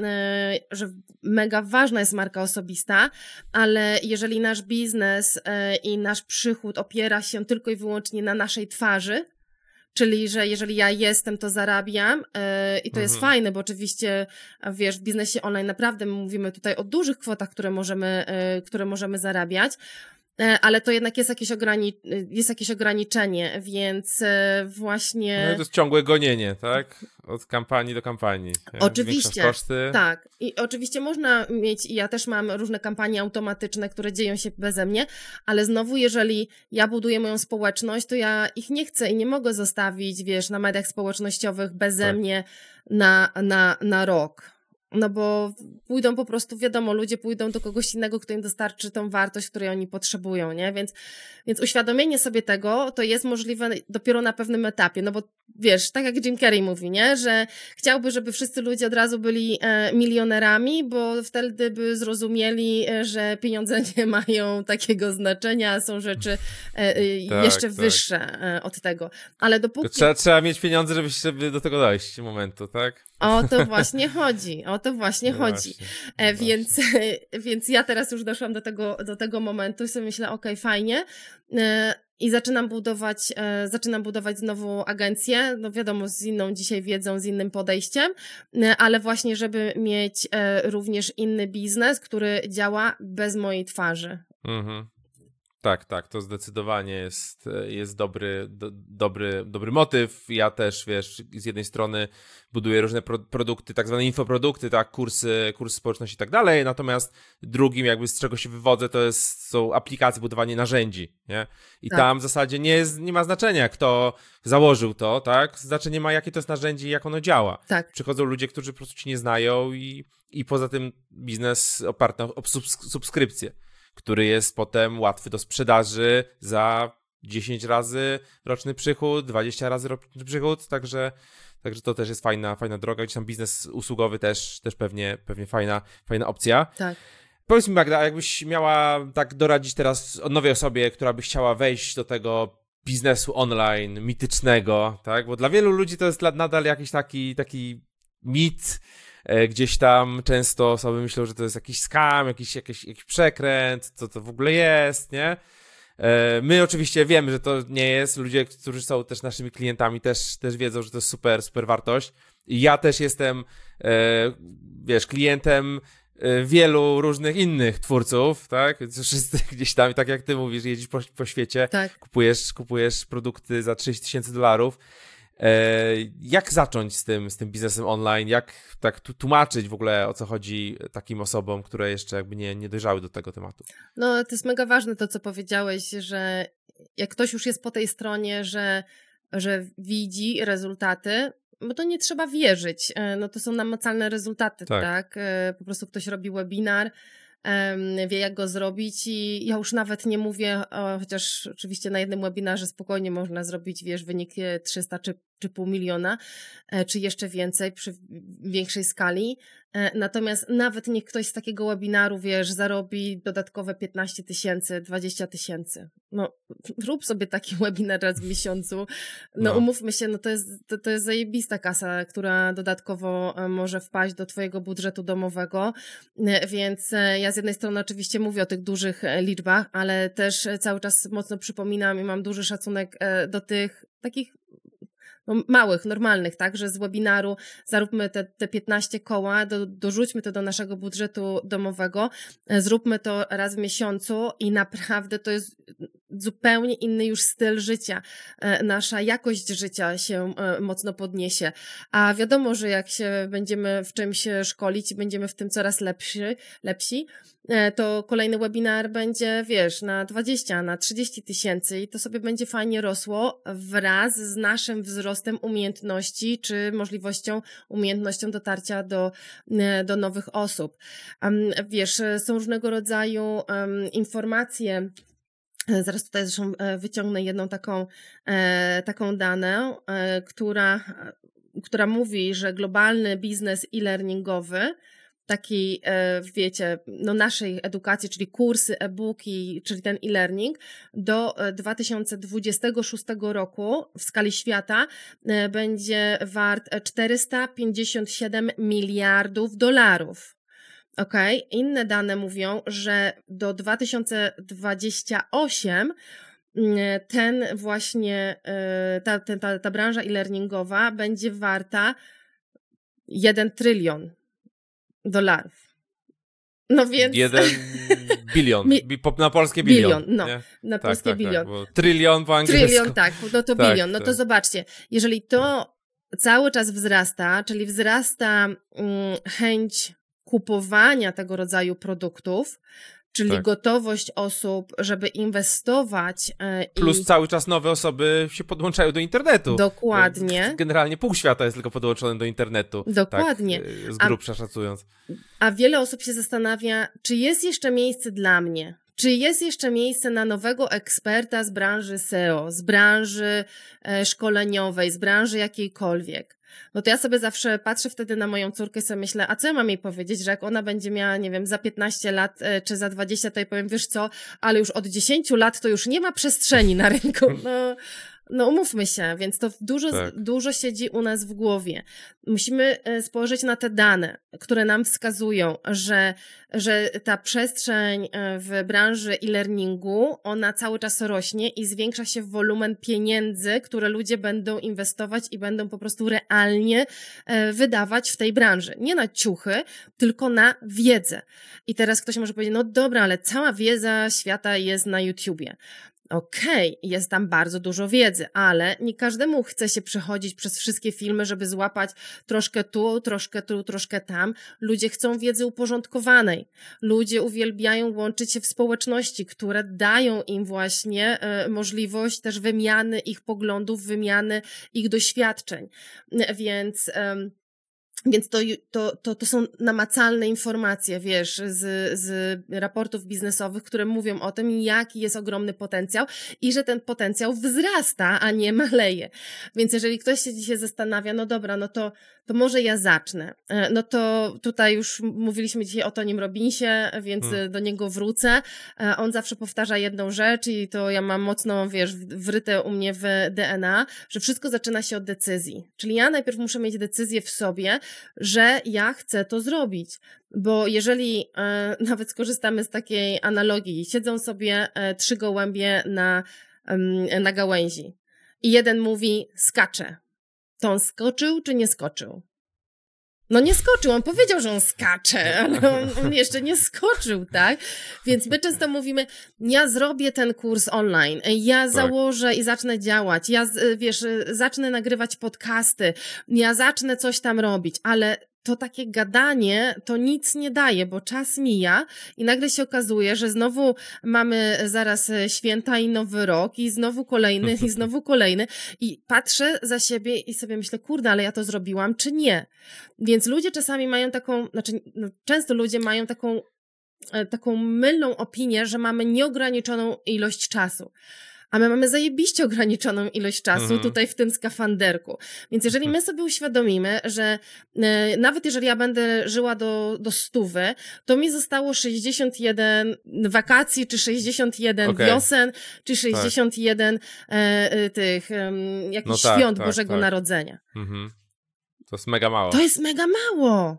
e, że mega ważna jest marka osobista, ale jeżeli nasz biznes e, i nasz przychód opiera się tylko i wyłącznie na naszej twarzy, czyli, że jeżeli ja jestem, to zarabiam yy, i to mhm. jest fajne, bo oczywiście, wiesz, w biznesie online naprawdę mówimy tutaj o dużych kwotach, które możemy, yy, które możemy zarabiać, yy, ale to jednak jest jakieś, ograni- jest jakieś ograniczenie, więc yy, właśnie... No i to jest ciągłe gonienie, tak? Od kampanii do kampanii. Oczywiście, koszty. Tak. I oczywiście można mieć, i ja też mam różne kampanie automatyczne, które dzieją się beze mnie, ale znowu, jeżeli ja buduję moją społeczność, to ja ich nie chcę i nie mogę zostawić, wiesz, na mediach społecznościowych beze tak. mnie na, na, na rok. No bo pójdą po prostu, wiadomo, ludzie pójdą do kogoś innego, kto im dostarczy tą wartość, której oni potrzebują, nie? Więc, więc uświadomienie sobie tego, to jest możliwe dopiero na pewnym etapie, no bo wiesz, tak jak Jim Carrey mówi, nie? Że chciałby, żeby wszyscy ludzie od razu byli e, milionerami, bo wtedy by zrozumieli, e, że pieniądze nie mają takiego znaczenia, a są rzeczy e, tak, jeszcze tak. wyższe e, od tego. Ale dopóki... Trzeba, trzeba mieć pieniądze, żeby, żeby do tego dojść momentu, tak? O to właśnie chodzi, o to właśnie no chodzi. Właśnie, e, no więc, więc ja teraz już doszłam do tego, do tego momentu i sobie myślę, okej, okay, fajnie. E, I zaczynam budować, e, zaczynam budować znowu agencję, no wiadomo, z inną dzisiaj wiedzą, z innym podejściem, e, ale właśnie, żeby mieć e, również inny biznes, który działa bez mojej twarzy. Mhm. Tak, tak, to zdecydowanie jest, jest dobry, do, dobry, dobry motyw. Ja też, wiesz, z jednej strony buduję różne pro, produkty, tak zwane infoprodukty, tak, kursy, kursy społeczności i tak dalej, natomiast drugim jakby z czego się wywodzę, to jest, są aplikacje, budowanie narzędzi, nie? I tak. tam w zasadzie nie, jest, nie ma znaczenia, kto założył to, tak? Znaczenie ma, jakie to jest narzędzie i jak ono działa. Tak. Przychodzą ludzie, którzy po prostu ci nie znają i, i poza tym biznes oparty o subs- subskrypcję. który jest potem łatwy do sprzedaży za dziesięć razy roczny przychód, dwadzieścia razy roczny przychód, także, także to też jest fajna, fajna droga. Gdzieś tam biznes usługowy też, też pewnie, pewnie fajna, fajna opcja. Tak. Powiedz mi, Magda, jakbyś miała tak doradzić teraz nowej osobie, która by chciała wejść do tego biznesu online mitycznego, tak? Bo dla wielu ludzi to jest nadal jakiś taki, taki mit. Gdzieś tam często osoby myślą, że to jest jakiś scam, jakiś, jakiś, jakiś przekręt, co to w ogóle jest, nie? My oczywiście wiemy, że to nie jest. Ludzie, którzy są też naszymi klientami, też, też wiedzą, że to jest super, super wartość. I ja też jestem, wiesz, klientem wielu różnych innych twórców, tak? Wszyscy gdzieś tam, tak jak ty mówisz, jeździsz po, po świecie, tak. kupujesz, kupujesz produkty za trzydzieści tysięcy dolarów. Jak zacząć z tym, z tym biznesem online? Jak tak tłumaczyć w ogóle, o co chodzi takim osobom, które jeszcze jakby nie, nie dojrzały do tego tematu? No to jest mega ważne to, co powiedziałeś, że jak ktoś już jest po tej stronie, że, że widzi rezultaty, bo to nie trzeba wierzyć, no to są namacalne rezultaty, tak? tak? Po prostu ktoś robi webinar, wie jak go zrobić i ja już nawet nie mówię, o, chociaż oczywiście na jednym webinarze spokojnie można zrobić, wiesz, wynik trzysta czy, czy pół miliona, czy jeszcze więcej przy większej skali. Natomiast nawet niech ktoś z takiego webinaru, wiesz, zarobi dodatkowe piętnaście tysięcy, dwadzieścia tysięcy. No, rób sobie taki webinar raz w miesiącu. No, no. Umówmy się, no to jest, to, to jest zajebista kasa, która dodatkowo może wpaść do twojego budżetu domowego, więc ja z jednej strony oczywiście mówię o tych dużych liczbach, ale też cały czas mocno przypominam i mam duży szacunek do tych takich no, małych, normalnych, tak, że z webinaru zaróbmy te, te piętnaście koła, do, dorzućmy to do naszego budżetu domowego, zróbmy to raz w miesiącu i naprawdę to jest zupełnie inny już styl życia. Nasza jakość życia się mocno podniesie. A wiadomo, że jak się będziemy w czymś szkolić i będziemy w tym coraz lepsi, lepsi, to kolejny webinar będzie, wiesz, na dwadzieścia, na trzydzieści tysięcy i to sobie będzie fajnie rosło wraz z naszym wzrostem umiejętności czy możliwością, umiejętnością dotarcia do, do nowych osób. Wiesz, są różnego rodzaju um, informacje. Zaraz tutaj zresztą wyciągnę jedną taką, taką danę, która, która mówi, że globalny biznes e-learningowy, taki, wiecie, no naszej edukacji, czyli kursy, e-booki, czyli ten e-learning, do dwa tysiące dwudziestego szóstego roku w skali świata będzie wart czterysta pięćdziesiąt siedem miliardów dolarów. Okej, okay. Inne dane mówią, że do dwa tysiące dwudziestego ósmego ten właśnie, ta, ta, ta branża e-learningowa będzie warta jeden trylion dolarów. No więc... Jeden bilion. Mi... Na polskie bilion. Bilion, no. Nie? Na tak, polskie tak, bilion. Tak, bo trylion po angielsku. Trylion, tak. No to tak, bilion. No tak. to zobaczcie. Jeżeli to cały czas wzrasta, czyli wzrasta um, chęć kupowania tego rodzaju produktów, czyli tak. gotowość osób, żeby inwestować. Yy, Plus i... cały czas nowe osoby się podłączają do internetu. Dokładnie. Generalnie pół świata jest tylko podłączone do internetu. Dokładnie. Tak, z grubsza a, szacując. A wiele osób się zastanawia, czy jest jeszcze miejsce dla mnie? Czy jest jeszcze miejsce na nowego eksperta z branży S E O, z branży e, szkoleniowej, z branży jakiejkolwiek? No to ja sobie zawsze patrzę wtedy na moją córkę i sobie myślę, a co ja mam jej powiedzieć, że jak ona będzie miała, nie wiem, za piętnaście lat e, czy za dwadzieścia, to jej powiem, wiesz co, ale już od dziesięciu lat to już nie ma przestrzeni na rynku. No, no umówmy się, więc to dużo, tak. dużo siedzi u nas w głowie. Musimy spojrzeć na te dane, które nam wskazują, że, że ta przestrzeń w branży e-learningu, ona cały czas rośnie i zwiększa się wolumen pieniędzy, które ludzie będą inwestować i będą po prostu realnie wydawać w tej branży. Nie na ciuchy, tylko na wiedzę. I teraz ktoś może powiedzieć, no dobra, ale cała wiedza świata jest na YouTubie. Okej, okay, jest tam bardzo dużo wiedzy, ale nie każdemu chce się przechodzić przez wszystkie filmy, żeby złapać troszkę tu, troszkę tu, troszkę tam. Ludzie chcą wiedzy uporządkowanej. Ludzie uwielbiają łączyć się w społeczności, które dają im właśnie e, możliwość też wymiany ich poglądów, wymiany ich doświadczeń. Więc... E, Więc to, to, to, to są namacalne informacje, wiesz, z, z raportów biznesowych, które mówią o tym, jaki jest ogromny potencjał i że ten potencjał wzrasta, a nie maleje. Więc jeżeli ktoś się dzisiaj zastanawia, no dobra, no to, to może ja zacznę. No to tutaj już mówiliśmy dzisiaj o Tonim Robbinsie, więc hmm. do niego wrócę. On zawsze powtarza jedną rzecz i to ja mam mocno, wiesz, wryte u mnie w D N A, że wszystko zaczyna się od decyzji. Czyli ja najpierw muszę mieć decyzję w sobie, że ja chcę to zrobić, bo jeżeli e, nawet skorzystamy z takiej analogii, siedzą sobie e, trzy gołębie na, e, na gałęzi i jeden mówi skacze, to on skoczył czy nie skoczył? No nie skoczył, on powiedział, że on skacze, ale on, on jeszcze nie skoczył, tak? Więc my często mówimy, ja zrobię ten kurs online, ja tak. założę i zacznę działać, ja, wiesz, zacznę nagrywać podcasty, ja zacznę coś tam robić, ale to takie gadanie to nic nie daje, bo czas mija i nagle się okazuje, że znowu mamy zaraz święta i nowy rok i znowu kolejny i znowu kolejny i patrzę za siebie i sobie myślę, kurde, ale ja to zrobiłam czy nie? Więc ludzie czasami mają taką, znaczy no, często ludzie mają taką, taką mylną opinię, że mamy nieograniczoną ilość czasu. A my mamy zajebiście ograniczoną ilość czasu mm. tutaj w tym skafanderku. Więc jeżeli my sobie uświadomimy, że e, nawet jeżeli ja będę żyła do, do stówy, to mi zostało sześćdziesiąt jeden wakacji, czy sześćdziesiąt jeden okay. wiosen, czy sześćdziesiąt jeden tak. e, tych e, jakichś no świąt tak, Bożego tak, Narodzenia. Mhm. To jest mega mało. To jest mega mało.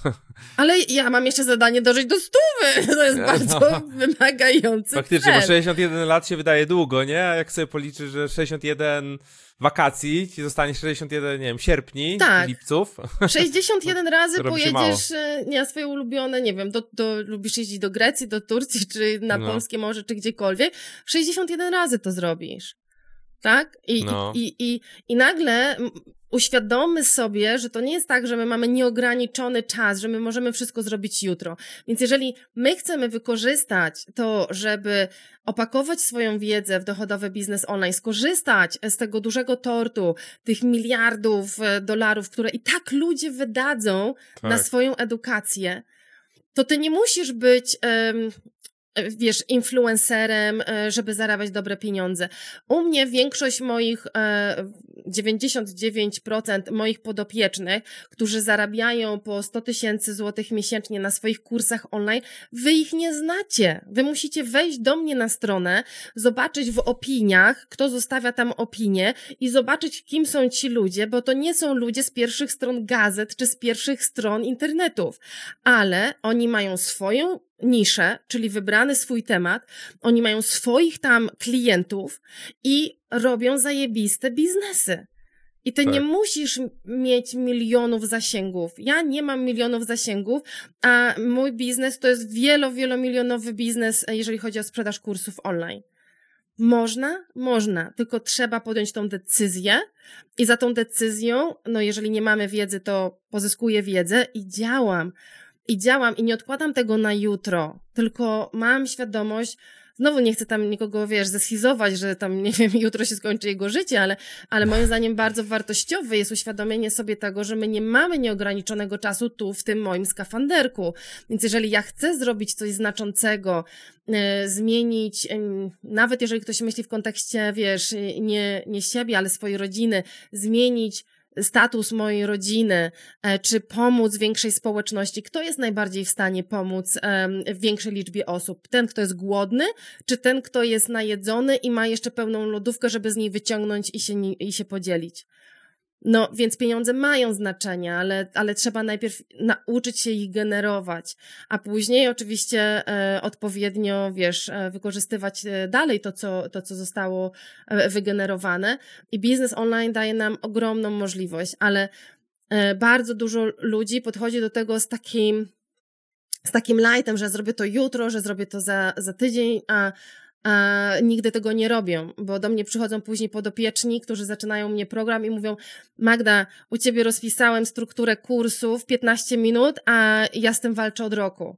Ale ja mam jeszcze zadanie dożyć do stówy. To jest no. bardzo wymagający Faktycznie, cel. Bo sześćdziesiąt jeden lat się wydaje długo, nie? A jak sobie policzysz, że sześćdziesiąt jeden wakacji ci zostanie sześćdziesiąt jeden, nie wiem, sierpni, tak. lipców. sześćdziesiąt jeden razy pojedziesz na swoje ulubione, nie wiem, do, do, lubisz jeździć do Grecji, do Turcji, czy na no. Polskie Morze, czy gdziekolwiek. sześćdziesiąt jeden razy to zrobisz. Tak? I, no. i, i, i, i nagle uświadommy sobie, że to nie jest tak, że my mamy nieograniczony czas, że my możemy wszystko zrobić jutro. Więc jeżeli my chcemy wykorzystać to, żeby opakować swoją wiedzę w dochodowy biznes online, skorzystać z tego dużego tortu, tych miliardów dolarów, które i tak ludzie wydadzą tak. na swoją edukację, to ty nie musisz być... Um, wiesz, influencerem, żeby zarabiać dobre pieniądze. U mnie większość moich, dziewięćdziesiąt dziewięć procent moich podopiecznych, którzy zarabiają po sto tysięcy złotych miesięcznie na swoich kursach online, wy ich nie znacie. Wy musicie wejść do mnie na stronę, zobaczyć w opiniach, kto zostawia tam opinię i zobaczyć, kim są ci ludzie, bo to nie są ludzie z pierwszych stron gazet czy z pierwszych stron internetów, ale oni mają swoją niszę, czyli wybrany swój temat, oni mają swoich tam klientów i robią zajebiste biznesy. I ty tak. nie musisz mieć milionów zasięgów. Ja nie mam milionów zasięgów, a mój biznes to jest wielo, wielomilionowy biznes, jeżeli chodzi o sprzedaż kursów online. Można? Można, tylko trzeba podjąć tą decyzję i za tą decyzją, no jeżeli nie mamy wiedzy, to pozyskuję wiedzę i działam. I działam i nie odkładam tego na jutro, tylko mam świadomość, znowu nie chcę tam nikogo, wiesz, zeschizować, że tam, nie wiem, jutro się skończy jego życie, ale, ale moim zdaniem bardzo wartościowe jest uświadomienie sobie tego, że my nie mamy nieograniczonego czasu tu, w tym moim skafanderku. Więc jeżeli ja chcę zrobić coś znaczącego, e, zmienić, e, nawet jeżeli ktoś myśli w kontekście, wiesz, nie, nie siebie, ale swojej rodziny, zmienić status mojej rodziny, czy pomóc większej społeczności, kto jest najbardziej w stanie pomóc w większej liczbie osób? Ten, kto jest głodny, czy ten, kto jest najedzony i ma jeszcze pełną lodówkę, żeby z niej wyciągnąć i się, i się podzielić? No, więc pieniądze mają znaczenie, ale, ale trzeba najpierw nauczyć się ich generować, a później oczywiście e, odpowiednio, wiesz, e, wykorzystywać dalej to co, to, co zostało e, wygenerowane. I biznes online daje nam ogromną możliwość, ale e, bardzo dużo ludzi podchodzi do tego z takim, z takim lightem, że zrobię to jutro, że zrobię to za, za tydzień, a a nigdy tego nie robią, bo do mnie przychodzą później podopieczni, którzy zaczynają mnie program i mówią: Magda, u ciebie rozpisałem strukturę kursu w piętnaście minut, a ja z tym walczę od roku.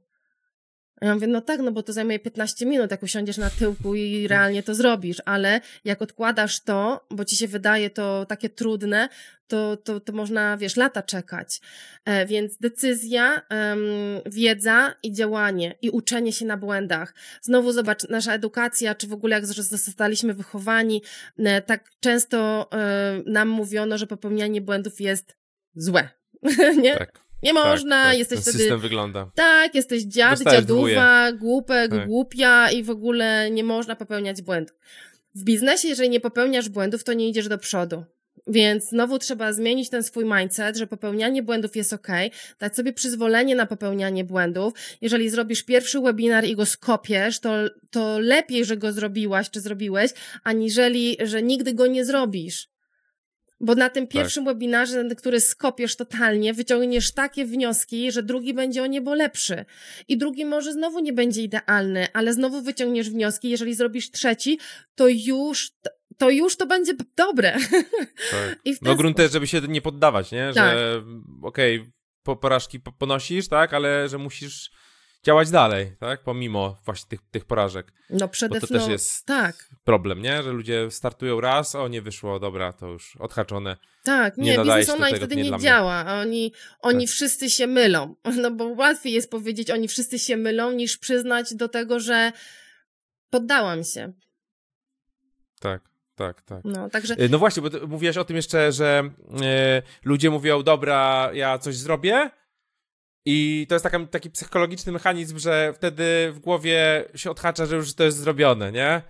A ja mówię, no tak, no bo to zajmuje piętnaście minut, jak usiądziesz na tyłku i realnie to zrobisz, ale jak odkładasz to, bo ci się wydaje to takie trudne, to, to, to można, wiesz, lata czekać. E, więc decyzja, um, wiedza i działanie i uczenie się na błędach. Znowu zobacz, nasza edukacja, czy w ogóle jak zostaliśmy wychowani, e, tak często e, nam mówiono, że popełnianie błędów jest złe. Nie? Tak. Nie można, tak, tak. jesteś Ten wtedy... system wygląda. Tak, jesteś dziad, Dostajesz dziaduwa, dwóje. głupek, tak. głupia i w ogóle nie można popełniać błędów. W biznesie, jeżeli nie popełniasz błędów, to nie idziesz do przodu. Więc znowu trzeba zmienić ten swój mindset, że popełnianie błędów jest okej, dać sobie przyzwolenie na popełnianie błędów. Jeżeli zrobisz pierwszy webinar i go skopiesz, to, to lepiej, że go zrobiłaś czy zrobiłeś, aniżeli, że nigdy go nie zrobisz. Bo na tym pierwszym tak. webinarze, który skopiesz totalnie, wyciągniesz takie wnioski, że drugi będzie o niebo lepszy. I drugi może znowu nie będzie idealny, ale znowu wyciągniesz wnioski. Jeżeli zrobisz trzeci, to już... to już to będzie dobre. Tak. I w no grunt też, żeby się nie poddawać, nie? Że tak. okej, okay, po, porażki ponosisz, tak, ale że musisz działać dalej, tak, pomimo właśnie tych, tych porażek. No przede wszystkim. To też jest tak. problem, nie? Że ludzie startują raz, o nie wyszło, dobra, to już odhaczone. Tak, nie, nie biznes online wtedy nie, nie działa, a oni, oni tak. wszyscy się mylą. No bo łatwiej jest powiedzieć, oni wszyscy się mylą, niż przyznać do tego, że poddałam się. Tak. Tak, tak. No, także... no właśnie, bo ty mówiłaś o tym jeszcze, że e, ludzie mówią, dobra, ja coś zrobię i to jest taka, taki psychologiczny mechanizm, że wtedy w głowie się odhacza, że już to jest zrobione, nie?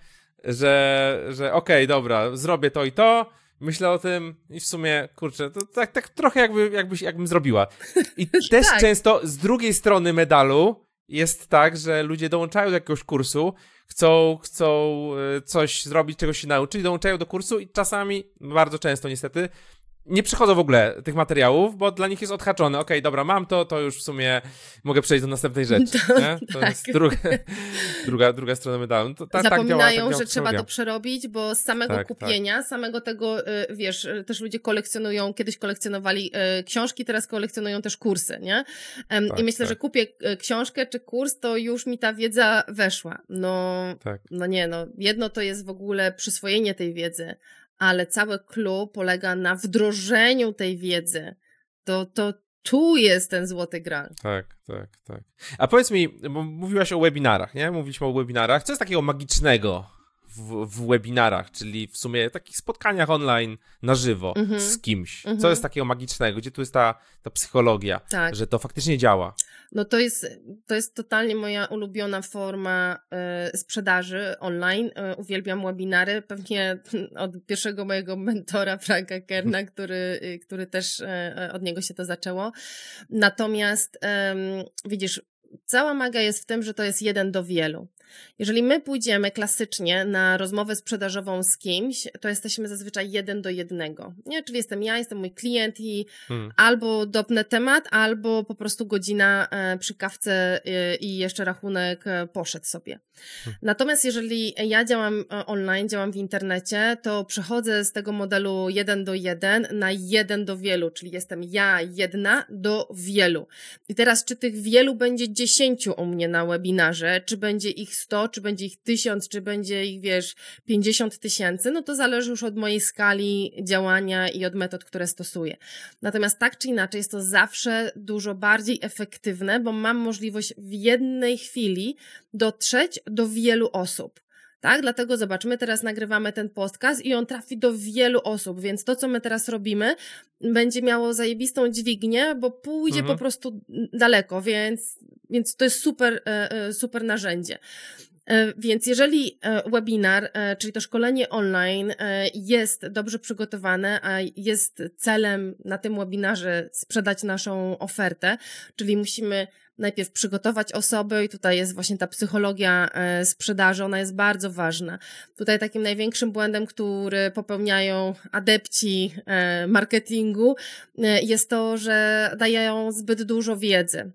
Że, że okej, okay, dobra, zrobię to i to, myślę o tym i w sumie, kurczę, to tak, tak trochę jakby, jakbyś, jakbym zrobiła. I też tak. często z drugiej strony medalu jest tak, że ludzie dołączają do jakiegoś kursu, chcą, chcą coś zrobić, czegoś się nauczyć, dołączają do kursu i czasami, bardzo często niestety, nie przychodzą w ogóle tych materiałów, bo dla nich jest odhaczone. Okej, okay, dobra, mam to, to już w sumie mogę przejść do następnej rzeczy. To, nie? to tak. jest druga, druga, druga strona medalu. To, ta, Zapominają, tak działa, tak że trzeba to przerobić, bo z samego tak, kupienia, tak. samego tego, wiesz, też ludzie kolekcjonują, kiedyś kolekcjonowali książki, teraz kolekcjonują też kursy, nie? Tak, I myślę, tak. że kupię książkę czy kurs, to już mi ta wiedza weszła. No, tak. no nie, no jedno to jest w ogóle przyswojenie tej wiedzy, ale cały clue polega na wdrożeniu tej wiedzy. To, to tu jest ten złoty gral. Tak, tak, tak. A powiedz mi, bo mówiłaś o webinarach, nie? Mówiliśmy o webinarach. Co jest takiego magicznego w, w webinarach, czyli w sumie takich spotkaniach online na żywo mm-hmm. z kimś? Mm-hmm. Co jest takiego magicznego? Gdzie tu jest ta, ta psychologia, tak. że to faktycznie działa? No to jest, to jest totalnie moja ulubiona forma y, sprzedaży online. Y, uwielbiam webinary. Pewnie od pierwszego mojego mentora, Franka Kerna, który, y, który też y, od niego się to zaczęło. Natomiast y, widzisz, cała magia jest w tym, że to jest jeden do wielu. Jeżeli my pójdziemy klasycznie na rozmowę sprzedażową z kimś, to jesteśmy zazwyczaj jeden do jednego. Nie? Czyli jestem ja, jestem mój klient i hmm. albo dopnę temat, albo po prostu godzina przy kawce i jeszcze rachunek poszedł sobie. Hmm. Natomiast jeżeli ja działam online, działam w internecie, to przechodzę z tego modelu jeden do jeden na jeden do wielu, czyli jestem ja jedna do wielu. I teraz czy tych wielu będzie dziesięciu u mnie na webinarze, czy będzie ich sto, czy będzie ich tysiąc, czy będzie ich, wiesz, pięćdziesiąt tysięcy, no to zależy już od mojej skali działania i od metod, które stosuję. Natomiast tak czy inaczej jest to zawsze dużo bardziej efektywne, bo mam możliwość w jednej chwili dotrzeć do wielu osób. Tak, dlatego zobaczmy, teraz nagrywamy ten podcast i on trafi do wielu osób, więc to, co my teraz robimy, będzie miało zajebistą dźwignię, bo pójdzie mhm. po prostu daleko, więc, więc to jest super, super narzędzie. Więc jeżeli webinar, czyli to szkolenie online jest dobrze przygotowane, a jest celem na tym webinarze sprzedać naszą ofertę, czyli musimy najpierw przygotować osoby i tutaj jest właśnie ta psychologia sprzedaży, ona jest bardzo ważna. Tutaj takim największym błędem, który popełniają adepci marketingu, jest to, że dają zbyt dużo wiedzy.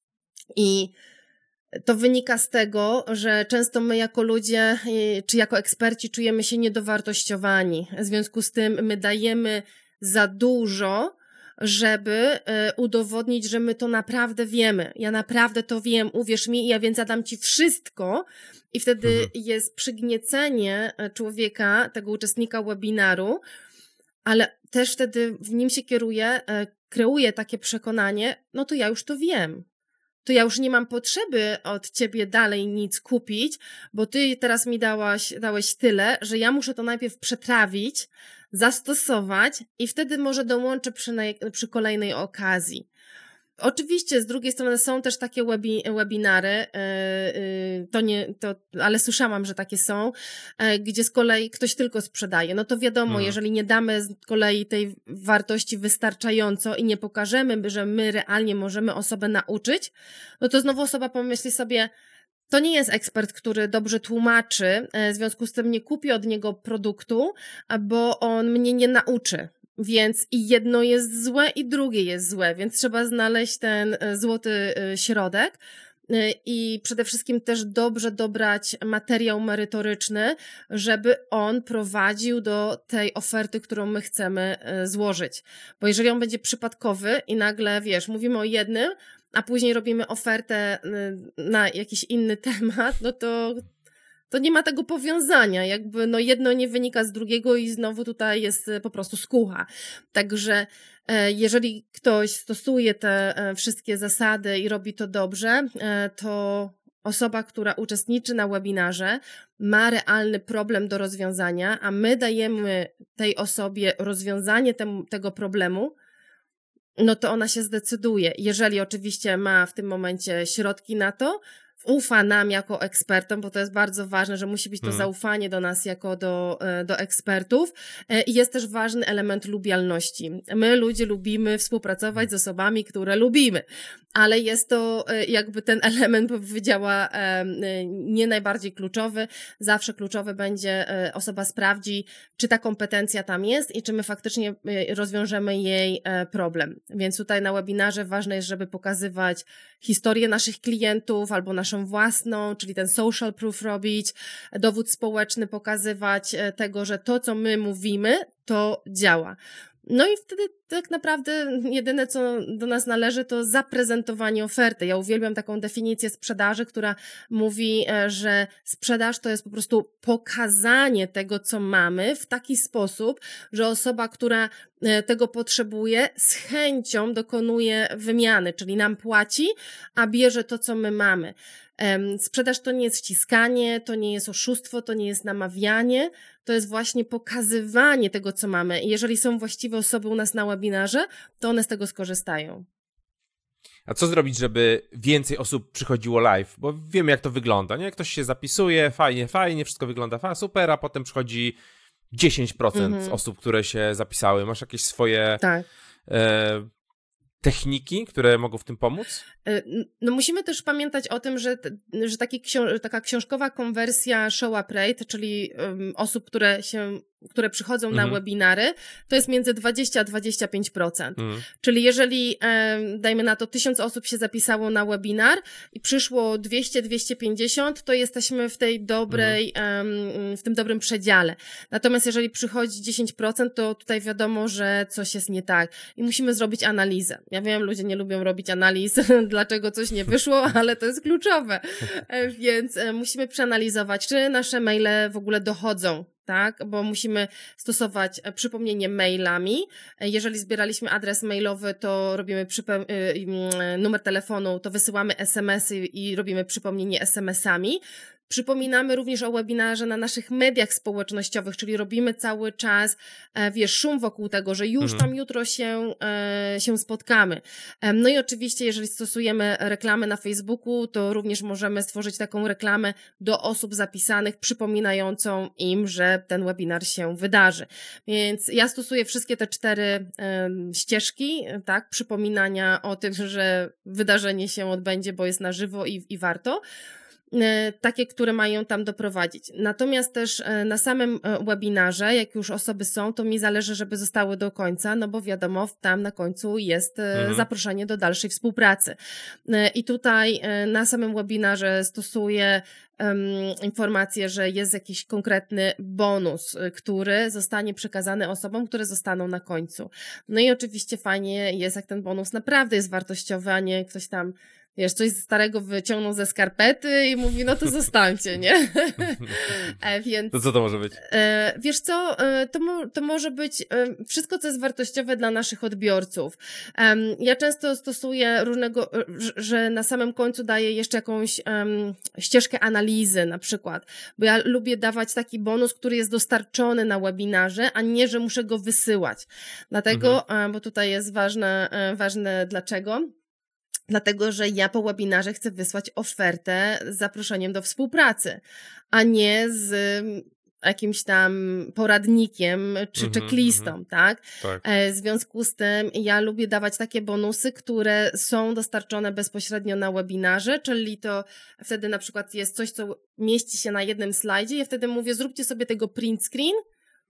I to wynika z tego, że często my jako ludzie, czy jako eksperci czujemy się niedowartościowani. W związku z tym my dajemy za dużo, żeby udowodnić, że my to naprawdę wiemy. Ja naprawdę to wiem, uwierz mi, ja więc zadam ci wszystko i wtedy mhm. jest przygniecenie człowieka, tego uczestnika webinaru, ale też wtedy w nim się kieruje, kreuje takie przekonanie, no to ja już to wiem. To ja już nie mam potrzeby od ciebie dalej nic kupić, bo ty teraz mi dałaś, dałeś tyle, że ja muszę to najpierw przetrawić, zastosować i wtedy może dołączę przy, naj, przy kolejnej okazji. Oczywiście z drugiej strony są też takie webi, webinary, yy, yy, to nie, to, ale słyszałam, że takie są, yy, gdzie z kolei ktoś tylko sprzedaje. No to wiadomo, hmm. jeżeli nie damy z kolei tej wartości wystarczająco i nie pokażemy, że my realnie możemy osobę nauczyć, no to znowu osoba pomyśli sobie, to nie jest ekspert, który dobrze tłumaczy, w związku z tym nie kupię od niego produktu, bo on mnie nie nauczy. Więc i jedno jest złe, i drugie jest złe, więc trzeba znaleźć ten złoty środek. I przede wszystkim też dobrze dobrać materiał merytoryczny, żeby on prowadził do tej oferty, którą my chcemy złożyć. Bo jeżeli on będzie przypadkowy i nagle, wiesz, mówimy o jednym, a później robimy ofertę na jakiś inny temat, no to to nie ma tego powiązania, jakby no jedno nie wynika z drugiego i znowu tutaj jest po prostu skócha. Także jeżeli ktoś stosuje te wszystkie zasady i robi to dobrze, to osoba, która uczestniczy na webinarze, ma realny problem do rozwiązania, a my dajemy tej osobie rozwiązanie tem, tego problemu, no to ona się zdecyduje. Jeżeli oczywiście ma w tym momencie środki na to, ufa nam jako ekspertom, bo to jest bardzo ważne, że musi być to hmm. zaufanie do nas jako do, do ekspertów i jest też ważny element lubialności. My ludzie lubimy współpracować z osobami, które lubimy, ale jest to jakby ten element, bym powiedziała, nie najbardziej kluczowy. Zawsze kluczowy będzie osoba sprawdzi, czy ta kompetencja tam jest i czy my faktycznie rozwiążemy jej problem. Więc tutaj na webinarze ważne jest, żeby pokazywać historię naszych klientów albo naszą własną, czyli ten social proof robić, dowód społeczny pokazywać tego, że to, co my mówimy, to działa. No i wtedy tak naprawdę jedyne, co do nas należy, to zaprezentowanie oferty. Ja uwielbiam taką definicję sprzedaży, która mówi, że sprzedaż to jest po prostu pokazanie tego, co mamy w taki sposób, że osoba, która tego potrzebuje, z chęcią dokonuje wymiany, czyli nam płaci, a bierze to, co my mamy. Sprzedaż to nie jest ściskanie, to nie jest oszustwo, to nie jest namawianie, to jest właśnie pokazywanie tego, co mamy. I jeżeli są właściwe osoby u nas na webinarze, to one z tego skorzystają. A co zrobić, żeby więcej osób przychodziło live? Bo wiemy, jak to wygląda, nie? Ktoś się zapisuje, fajnie, fajnie, wszystko wygląda fa, super, a potem przychodzi dziesięć procent mhm. osób, które się zapisały. Masz jakieś swoje tak. e, techniki, które mogą w tym pomóc? No musimy też pamiętać o tym, że, że taki książ- taka książkowa konwersja show up rate, czyli um, osób, które się które przychodzą mhm. na webinary, to jest między dwadzieścia a dwadzieścia pięć procent. Mhm. Czyli jeżeli, um, dajmy na to, tysiąc osób się zapisało na webinar i przyszło dwieście do dwustu pięćdziesięciu, to jesteśmy w tej dobrej, mhm. um, w tym dobrym przedziale. Natomiast jeżeli przychodzi dziesięć procent, to tutaj wiadomo, że coś jest nie tak i musimy zrobić analizę. Ja wiem, ludzie nie lubią robić analiz, dlaczego coś nie wyszło, ale to jest kluczowe. Więc musimy przeanalizować, czy nasze maile w ogóle dochodzą, tak, bo musimy stosować przypomnienie mailami. Jeżeli zbieraliśmy adres mailowy, to robimy przypom- numer telefonu, to wysyłamy es em esy i robimy przypomnienie es em esami. Przypominamy również o webinarze na naszych mediach społecznościowych, czyli robimy cały czas, wiesz, szum wokół tego, że już tam jutro się, się spotkamy. No i oczywiście, jeżeli stosujemy reklamy na Facebooku, to również możemy stworzyć taką reklamę do osób zapisanych, przypominającą im, że ten webinar się wydarzy. Więc ja stosuję wszystkie te cztery ścieżki, tak, przypominania o tym, że wydarzenie się odbędzie, bo jest na żywo i, i warto. Takie, które mają tam doprowadzić. Natomiast też na samym webinarze, jak już osoby są, to mi zależy, żeby zostały do końca, no bo wiadomo, tam na końcu jest mhm. zaproszenie do dalszej współpracy. I tutaj na samym webinarze stosuję um, informację, że jest jakiś konkretny bonus, który zostanie przekazany osobom, które zostaną na końcu. No i oczywiście fajnie jest, jak ten bonus naprawdę jest wartościowy, a nie ktoś tam wiesz, coś starego wyciągnął ze skarpety i mówi, no to zostańcie, nie? Więc, to co to może być? E, wiesz co, e, to, mo- to może być e, wszystko, co jest wartościowe dla naszych odbiorców. E, ja często stosuję różnego, e, że na samym końcu daję jeszcze jakąś e, ścieżkę analizy na przykład, bo ja lubię dawać taki bonus, który jest dostarczony na webinarze, a nie, że muszę go wysyłać. Dlatego, mhm. e, bo tutaj jest ważne, e, ważne dlaczego. Dlatego, że ja po webinarze chcę wysłać ofertę z zaproszeniem do współpracy, a nie z jakimś tam poradnikiem czy mm-hmm, checklistą, mm-hmm. tak? tak? W związku z tym ja lubię dawać takie bonusy, które są dostarczone bezpośrednio na webinarze, czyli to wtedy na przykład jest coś, co mieści się na jednym slajdzie. Ja wtedy mówię, zróbcie sobie tego print screen,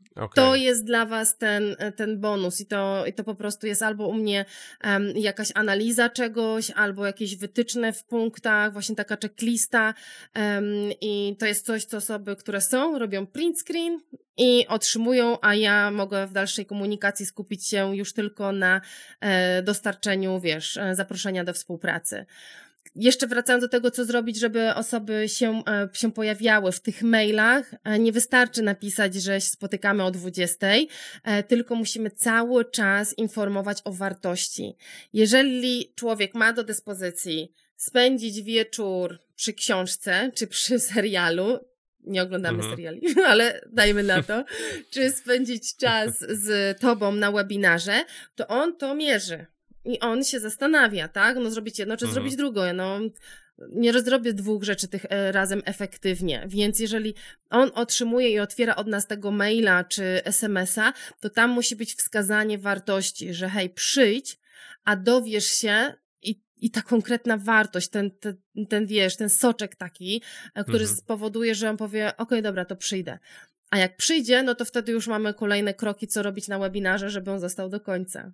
Okay. To jest dla was ten, ten bonus i to, i to po prostu jest albo u mnie um, jakaś analiza czegoś, albo jakieś wytyczne w punktach, właśnie taka checklista um, i to jest coś, co osoby, które są, robią print screen i otrzymują, a ja mogę w dalszej komunikacji skupić się już tylko na e, dostarczeniu, wiesz, e, zaproszenia do współpracy. Jeszcze wracając do tego, co zrobić, żeby osoby się, się pojawiały w tych mailach, nie wystarczy napisać, że się spotykamy o dwudziestej, tylko musimy cały czas informować o wartości. Jeżeli człowiek ma do dyspozycji spędzić wieczór przy książce czy przy serialu, nie oglądamy mhm. seriali, ale dajmy na to, czy spędzić czas z tobą na webinarze, to on to mierzy. I on się zastanawia, tak? No zrobić jedno, czy mhm. zrobić drugie. No, nie rozrobię dwóch rzeczy tych razem efektywnie. Więc jeżeli on otrzymuje i otwiera od nas tego maila czy es em es a, to tam musi być wskazanie wartości, że hej, przyjdź, a dowiesz się i, i ta konkretna wartość, ten, ten, ten wiesz, ten soczek taki, który mhm. spowoduje, że on powie, okej, okay, dobra, to przyjdę. A jak przyjdzie, no to wtedy już mamy kolejne kroki, co robić na webinarze, żeby on został do końca.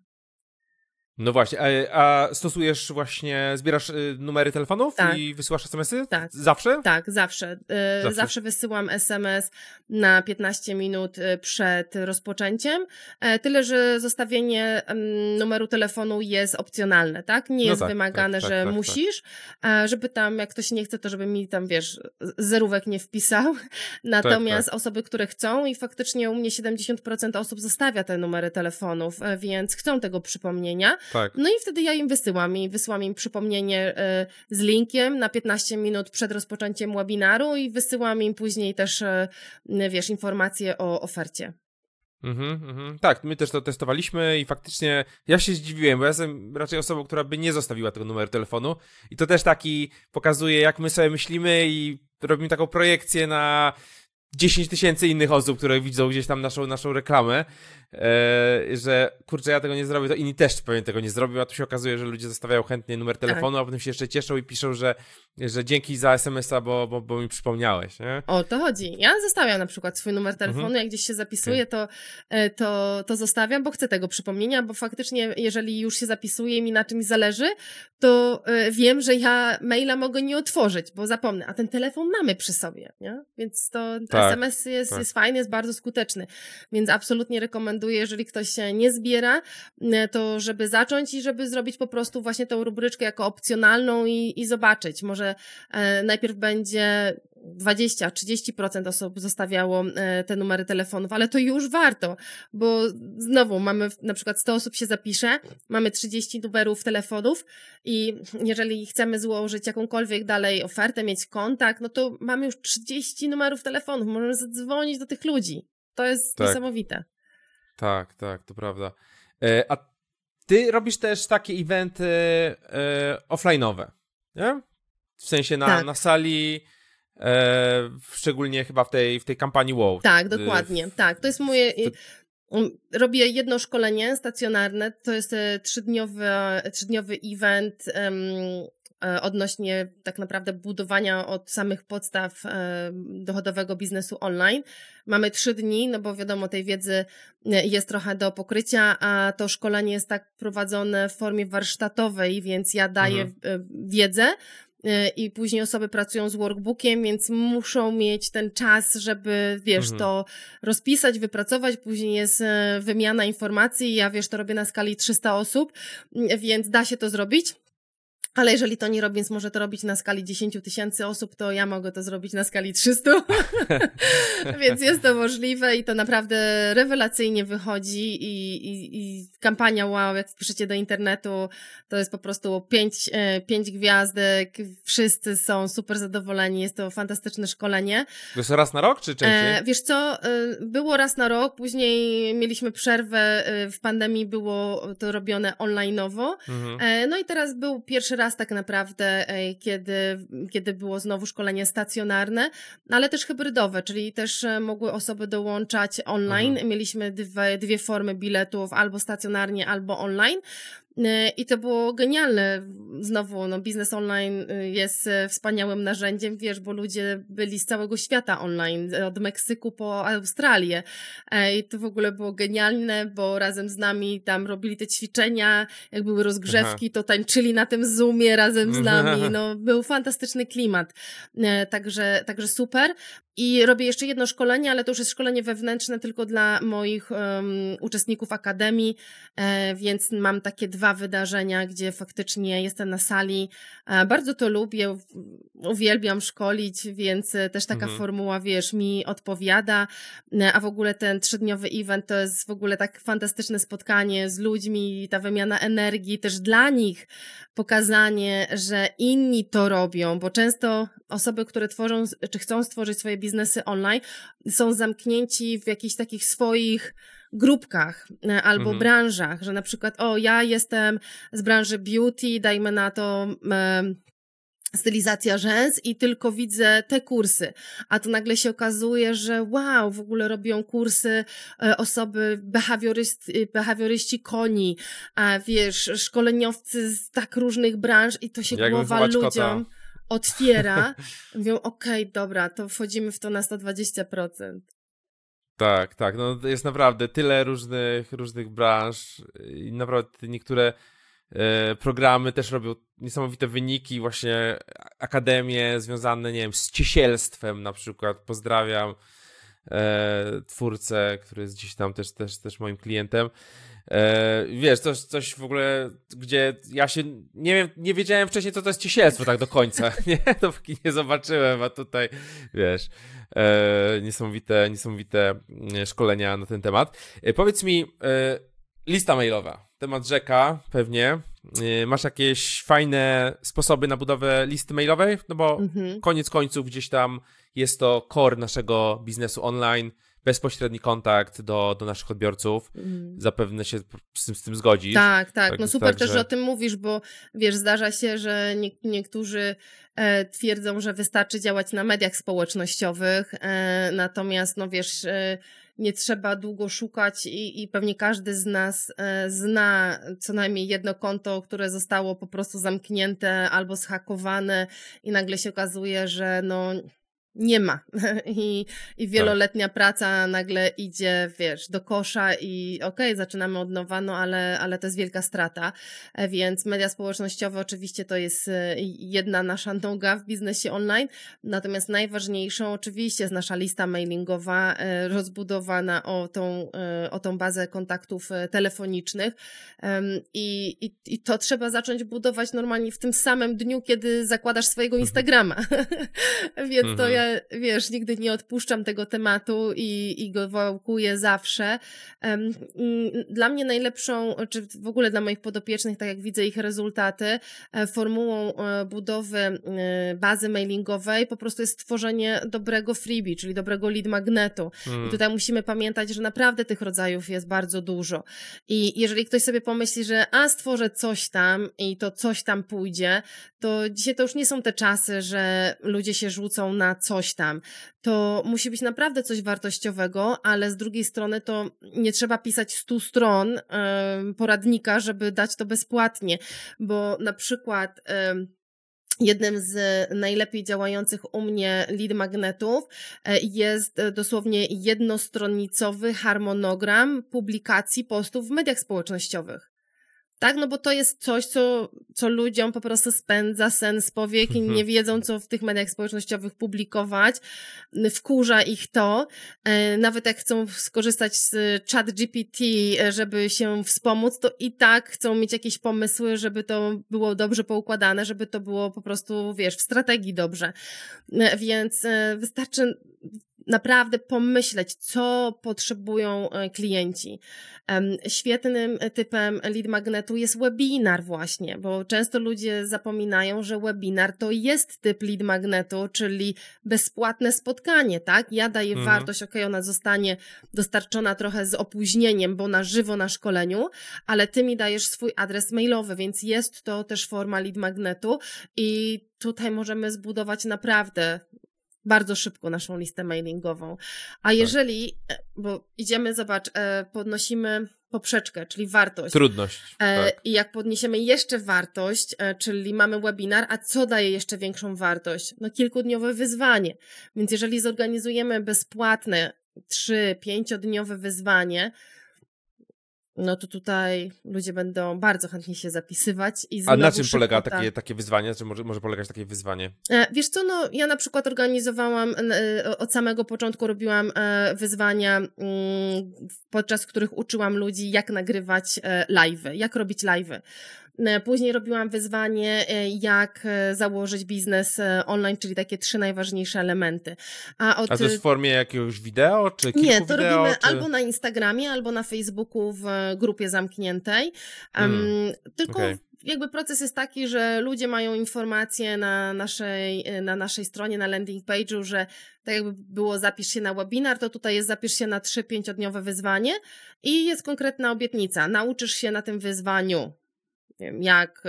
No właśnie, a, a stosujesz właśnie, zbierasz y, numery telefonów tak. i wysyłasz es em esy? Tak. Zawsze? Tak, zawsze. Y, zawsze. Zawsze wysyłam es em es na piętnaście minut przed rozpoczęciem, e, tyle, że zostawienie um, numeru telefonu jest opcjonalne, tak? Nie jest no tak, wymagane, tak, że tak, tak, musisz, tak. żeby tam, jak ktoś nie chce, to żeby mi tam, wiesz, zerówek nie wpisał. Natomiast tak, tak. osoby, które chcą i faktycznie u mnie siedemdziesiąt procent osób zostawia te numery telefonów, więc chcą tego przypomnienia. Tak. No i wtedy ja im wysyłam i wysyłam im przypomnienie y, z linkiem na piętnaście minut przed rozpoczęciem webinaru i wysyłam im później też, y, wiesz, informacje o ofercie. Mhm, mhm. Tak, my też to testowaliśmy i faktycznie ja się zdziwiłem, bo ja jestem raczej osobą, która by nie zostawiła tego numeru telefonu i to też taki pokazuje, jak my sobie myślimy i robimy taką projekcję na dziesięć tysięcy innych osób, które widzą gdzieś tam naszą, naszą reklamę, e, że kurczę, ja tego nie zrobię, to inni też pewnie tego nie zrobią, a tu się okazuje, że ludzie zostawiają chętnie numer telefonu, tak. a potem się jeszcze cieszą i piszą, że, że dzięki za es em es a, bo, bo, bo mi przypomniałeś, nie? O to chodzi. Ja zostawiam na przykład swój numer telefonu, mhm. jak gdzieś się zapisuję, to, to, to zostawiam, bo chcę tego przypomnienia, bo faktycznie jeżeli już się zapisuję i mi na czymś zależy, to wiem, że ja maila mogę nie otworzyć, bo zapomnę, a ten telefon mamy przy sobie, nie? Więc to tak. es em es jest, tak. jest fajny, jest bardzo skuteczny, więc absolutnie rekomenduję, jeżeli ktoś się nie zbiera, to żeby zacząć i żeby zrobić po prostu właśnie tą rubryczkę jako opcjonalną i, i zobaczyć. Może e, najpierw będzie dwadzieścia trzydzieści procent osób zostawiało e, te numery telefonów, ale to już warto, bo znowu mamy na przykład sto osób się zapisze, mamy trzydzieści numerów telefonów i jeżeli chcemy złożyć jakąkolwiek dalej ofertę, mieć kontakt, no to mamy już trzydzieści numerów telefonów, możemy zadzwonić do tych ludzi. To jest tak. niesamowite. Tak, tak, to prawda. E, a ty robisz też takie eventy e, offline'owe, nie? W sensie na, tak. na sali, e, szczególnie chyba w tej, w tej kampanii WOW. Tak, dokładnie, w, tak. To jest moje... To... Robię jedno szkolenie stacjonarne, to jest trzydniowy, trzydniowy event um, odnośnie tak naprawdę budowania od samych podstaw dochodowego biznesu online. Mamy trzy dni, no bo wiadomo, tej wiedzy jest trochę do pokrycia, a to szkolenie jest tak prowadzone w formie warsztatowej, więc ja daję mhm. wiedzę i później osoby pracują z workbookiem, więc muszą mieć ten czas, żeby, wiesz, mhm. to rozpisać, wypracować, później jest wymiana informacji, ja, wiesz, to robię na skali trzysta osób, więc da się to zrobić. Ale jeżeli to nie robię, więc może to robić na skali dziesięć tysięcy osób, to ja mogę to zrobić na skali trzysta. Więc jest to możliwe i to naprawdę rewelacyjnie wychodzi i, i, i kampania wow, jak wpiszecie do internetu, to jest po prostu pięć, pięć gwiazdek, wszyscy są super zadowoleni, jest to fantastyczne szkolenie. To jest raz na rok, czy częściej? E, wiesz co, było raz na rok, później mieliśmy przerwę, w pandemii było to robione online'owo, mhm. e, no i teraz był pierwszy raz tak naprawdę, kiedy, kiedy było znowu szkolenie stacjonarne, ale też hybrydowe, czyli też mogły osoby dołączać online. Mhm. Mieliśmy dwie, dwie formy biletów, albo stacjonarnie, albo online. i to było genialne. Znowu, no, biznes online jest wspaniałym narzędziem, wiesz, bo ludzie byli z całego świata online, od Meksyku po Australię i to w ogóle było genialne, bo razem z nami tam robili te ćwiczenia, jak były rozgrzewki, Aha. to tańczyli na tym Zoomie razem z nami, no był fantastyczny klimat, także, także super. I robię jeszcze jedno szkolenie, ale to już jest szkolenie wewnętrzne tylko dla moich um, uczestników Akademii, e, więc mam takie dwa wydarzenia, gdzie faktycznie jestem na sali. E, bardzo to lubię, uwielbiam szkolić, więc też taka mhm. formuła, wiesz, mi odpowiada, e, a w ogóle ten trzydniowy event to jest w ogóle tak fantastyczne spotkanie z ludźmi, ta wymiana energii, też dla nich pokazanie, że inni to robią, bo często osoby, które tworzą, czy chcą stworzyć swoje biznesy online, są zamknięci w jakichś takich swoich grupkach albo mhm. branżach, że na przykład o, ja jestem z branży beauty, dajmy na to e, stylizacja rzęs i tylko widzę te kursy, a tu nagle się okazuje, że wow, w ogóle robią kursy e, osoby behawioryści, behawioryści koni, a wiesz, szkoleniowcy z tak różnych branż i to się Jak głowa ludziom kota. otwiera. Mówią, okej, okay, dobra, to wchodzimy w to na sto dwadzieścia procent. Tak, tak, no jest naprawdę tyle różnych, różnych branż i naprawdę niektóre e, programy też robią niesamowite wyniki, właśnie akademie związane, nie wiem, z ciesielstwem na przykład. Pozdrawiam e, twórcę, który jest gdzieś tam też, też, też moim klientem. E, wiesz, coś, coś w ogóle, gdzie ja się nie wiem, nie wiedziałem wcześniej, co to jest ciesielstwo tak do końca, nie? Dopóki nie zobaczyłem, a tutaj, wiesz, e, niesamowite, niesamowite szkolenia na ten temat. E, powiedz mi, e, lista mailowa, temat rzeka pewnie. E, masz jakieś fajne sposoby na budowę listy mailowej? No bo mhm. koniec końców gdzieś tam jest to core naszego biznesu online, bezpośredni kontakt do, do naszych odbiorców. Mm. Zapewne się z tym, z tym zgodzisz. Tak, tak. tak no super tak, też, że... że o tym mówisz, bo wiesz, zdarza się, że nie, niektórzy e, twierdzą, że wystarczy działać na mediach społecznościowych, e, natomiast no wiesz, e, nie trzeba długo szukać i, i pewnie każdy z nas e, zna co najmniej jedno konto, które zostało po prostu zamknięte albo zhakowane i nagle się okazuje, że no nie ma. I, i wieloletnia tak. praca nagle idzie, wiesz, do kosza i okej, okay, zaczynamy od nowa, no ale, ale to jest wielka strata. Więc media społecznościowe oczywiście to jest jedna nasza noga w biznesie online, natomiast najważniejszą oczywiście jest nasza lista mailingowa rozbudowana o tą, o tą bazę kontaktów telefonicznych i, i, i to trzeba zacząć budować normalnie w tym samym dniu, kiedy zakładasz swojego Instagrama. Więc mhm. to ja wiesz, nigdy nie odpuszczam tego tematu i, i go wałkuję zawsze. Um, dla mnie najlepszą, czy w ogóle dla moich podopiecznych, tak jak widzę ich rezultaty, formułą budowy bazy mailingowej po prostu jest stworzenie dobrego freebie, czyli dobrego lead magnetu. Hmm. I tutaj musimy pamiętać, że naprawdę tych rodzajów jest bardzo dużo. I jeżeli ktoś sobie pomyśli, że a stworzę coś tam i to coś tam pójdzie, to dzisiaj to już nie są te czasy, że ludzie się rzucą na coś tam. To musi być naprawdę coś wartościowego, ale z drugiej strony to nie trzeba pisać stu stron y, poradnika, żeby dać to bezpłatnie, bo na przykład y, jednym z najlepiej działających u mnie lead magnetów jest dosłownie jednostronicowy harmonogram publikacji postów w mediach społecznościowych. Tak, no bo to jest coś, co, co ludziom po prostu spędza sen z powiek i nie wiedzą, co w tych mediach społecznościowych publikować. Wkurza ich to. Nawet jak chcą skorzystać z ChatGPT, żeby się wspomóc, to i tak chcą mieć jakieś pomysły, żeby to było dobrze poukładane, żeby to było po prostu, wiesz, w strategii dobrze. Więc wystarczy naprawdę pomyśleć, co potrzebują klienci. Świetnym typem lead magnetu jest webinar właśnie, bo często ludzie zapominają, że webinar to jest typ lead magnetu, czyli bezpłatne spotkanie, tak? Ja daję mhm. wartość, okej, okay, ona zostanie dostarczona trochę z opóźnieniem, bo na żywo na szkoleniu, ale ty mi dajesz swój adres mailowy, więc jest to też forma lead magnetu i tutaj możemy zbudować naprawdę bardzo szybko naszą listę mailingową. A jeżeli, bo idziemy, zobacz, podnosimy poprzeczkę, czyli wartość. Trudność. E, tak. I jak podniesiemy jeszcze wartość, e, czyli mamy webinar, a co daje jeszcze większą wartość? No kilkudniowe wyzwanie. Więc jeżeli zorganizujemy bezpłatne trzy, pięciodniowe wyzwanie, no to tutaj ludzie będą bardzo chętnie się zapisywać. I A na czym szybko polega ta... takie, takie wyzwanie? Czy może, może polegać takie wyzwanie? E, wiesz co, no ja na przykład organizowałam, e, od samego początku robiłam e, wyzwania, mm, podczas których uczyłam ludzi, jak nagrywać e, live'y, jak robić live'y. Później robiłam wyzwanie, jak założyć biznes online, czyli takie trzy najważniejsze elementy. A, od... A to jest w formie jakiegoś wideo, czy kilku Nie, to wideo, robimy czy... albo na Instagramie, albo na Facebooku w grupie zamkniętej. Um, mm, tylko okay. jakby proces jest taki, że ludzie mają informacje na naszej, na naszej stronie, na landing page'u, że tak jakby było zapisz się na webinar, to tutaj jest zapisz się na trzy, pięciodniowe wyzwanie i jest konkretna obietnica. Nauczysz się na tym wyzwaniu jak,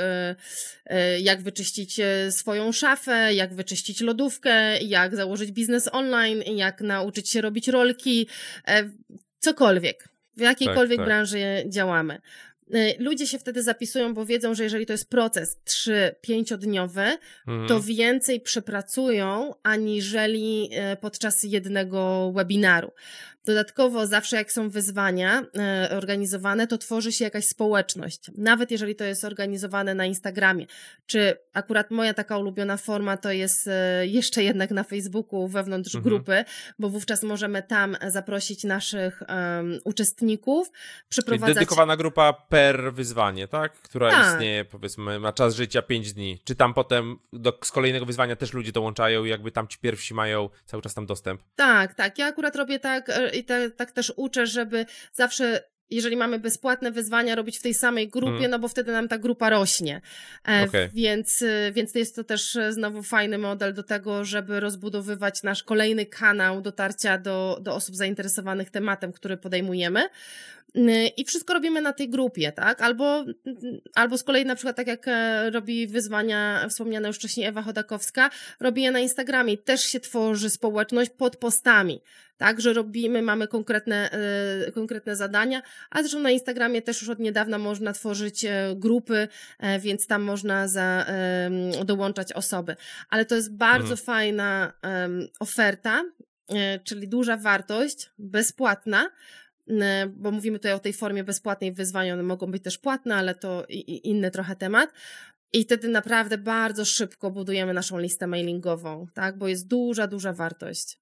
jak wyczyścić swoją szafę, jak wyczyścić lodówkę, jak założyć biznes online, jak nauczyć się robić rolki, cokolwiek, w jakiejkolwiek tak, tak. branży działamy. Ludzie się wtedy zapisują, bo wiedzą, że jeżeli to jest proces trzy, pięciodniowy, mhm. to więcej przepracują, aniżeli podczas jednego webinaru. Dodatkowo zawsze jak są wyzwania e, organizowane, to tworzy się jakaś społeczność. Nawet jeżeli to jest organizowane na Instagramie, czy akurat moja taka ulubiona forma to jest e, jeszcze jednak na Facebooku wewnątrz mhm. grupy, bo wówczas możemy tam zaprosić naszych um, uczestników, przeprowadzać... Czyli dedykowana grupa per wyzwanie, tak? Która tak. istnieje, powiedzmy, ma czas życia pięć dni. Czy tam potem do, z kolejnego wyzwania też ludzie dołączają i jakby tam ci pierwsi mają cały czas tam dostęp? Tak, tak. Ja akurat robię tak i te, tak też uczę, żeby zawsze, jeżeli mamy bezpłatne wyzwania, robić w tej samej grupie, hmm. no bo wtedy nam ta grupa rośnie. E, okay. Więc, więc jest to też znowu fajny model do tego, żeby rozbudowywać nasz kolejny kanał dotarcia do, do osób zainteresowanych tematem, który podejmujemy. I wszystko robimy na tej grupie, tak? Albo, albo z kolei na przykład tak jak robi wyzwania wspomniana już wcześniej Ewa Chodakowska, robi je na Instagramie. Też się tworzy społeczność pod postami, tak? Że robimy, mamy konkretne, y, konkretne zadania, a zresztą na Instagramie też już od niedawna można tworzyć grupy, więc tam można za, y, dołączać osoby. Ale to jest bardzo mhm. fajna y, oferta, y, czyli duża wartość, bezpłatna, bo mówimy tutaj o tej formie bezpłatnej wyzwania, one mogą być też płatne, ale to i, i inny trochę temat. I wtedy naprawdę bardzo szybko budujemy naszą listę mailingową, tak? Bo jest duża, duża wartość.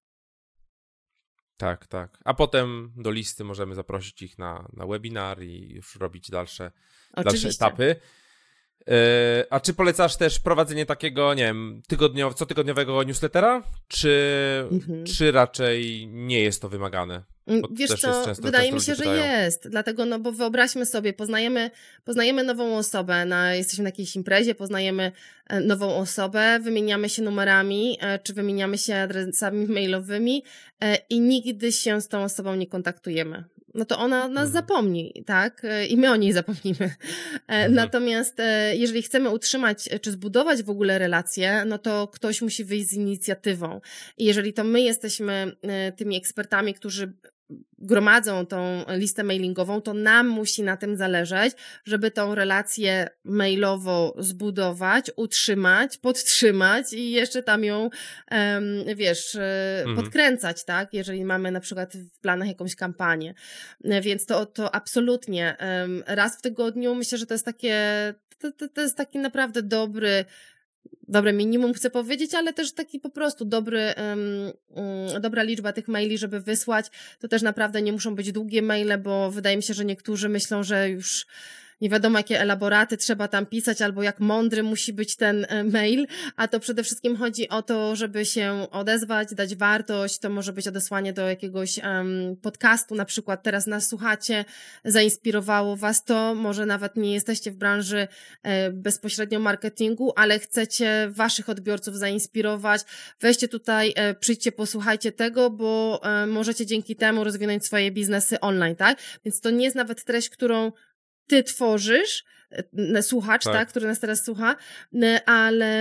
Tak, tak. A potem do listy możemy zaprosić ich na, na webinar i już robić dalsze, dalsze etapy. Yy, a czy polecasz też prowadzenie takiego, nie wiem, tygodniow- cotygodniowego newslettera? Czy, mhm. czy raczej nie jest to wymagane? Bo Wiesz co, często, wydaje mi się, że jest, dlatego, no bo wyobraźmy sobie, poznajemy, poznajemy nową osobę, na, jesteśmy na jakiejś imprezie, poznajemy nową osobę, wymieniamy się numerami, czy wymieniamy się adresami mailowymi i nigdy się z tą osobą nie kontaktujemy. No to ona nas mhm. zapomni, tak? I my o niej zapomnimy. Mhm. Natomiast jeżeli chcemy utrzymać, czy zbudować w ogóle relacje, no to ktoś musi wyjść z inicjatywą. I jeżeli to my jesteśmy tymi ekspertami, którzy gromadzą tą listę mailingową, to nam musi na tym zależeć, żeby tą relację mailową zbudować, utrzymać, podtrzymać i jeszcze tam ją, um, wiesz, mhm. podkręcać, tak? Jeżeli mamy na przykład w planach jakąś kampanię. Więc to, to absolutnie um, raz w tygodniu myślę, że to jest takie, to, to, to jest taki naprawdę dobry dobre minimum chcę powiedzieć, ale też taki po prostu dobry, um, um, dobra liczba tych maili, żeby wysłać. To też naprawdę nie muszą być długie maile, bo wydaje mi się, że niektórzy myślą, że już nie wiadomo jakie elaboraty trzeba tam pisać, albo jak mądry musi być ten mail, a to przede wszystkim chodzi o to, żeby się odezwać, dać wartość, to może być odesłanie do jakiegoś um, podcastu, na przykład teraz nas słuchacie, zainspirowało was to, może nawet nie jesteście w branży e, bezpośrednio marketingu, ale chcecie waszych odbiorców zainspirować, weźcie tutaj, e, przyjdźcie, posłuchajcie tego, bo e, możecie dzięki temu rozwinąć swoje biznesy online, tak? Więc to nie jest nawet treść, którą ty tworzysz, słuchacz, tak. tak, który nas teraz słucha, ale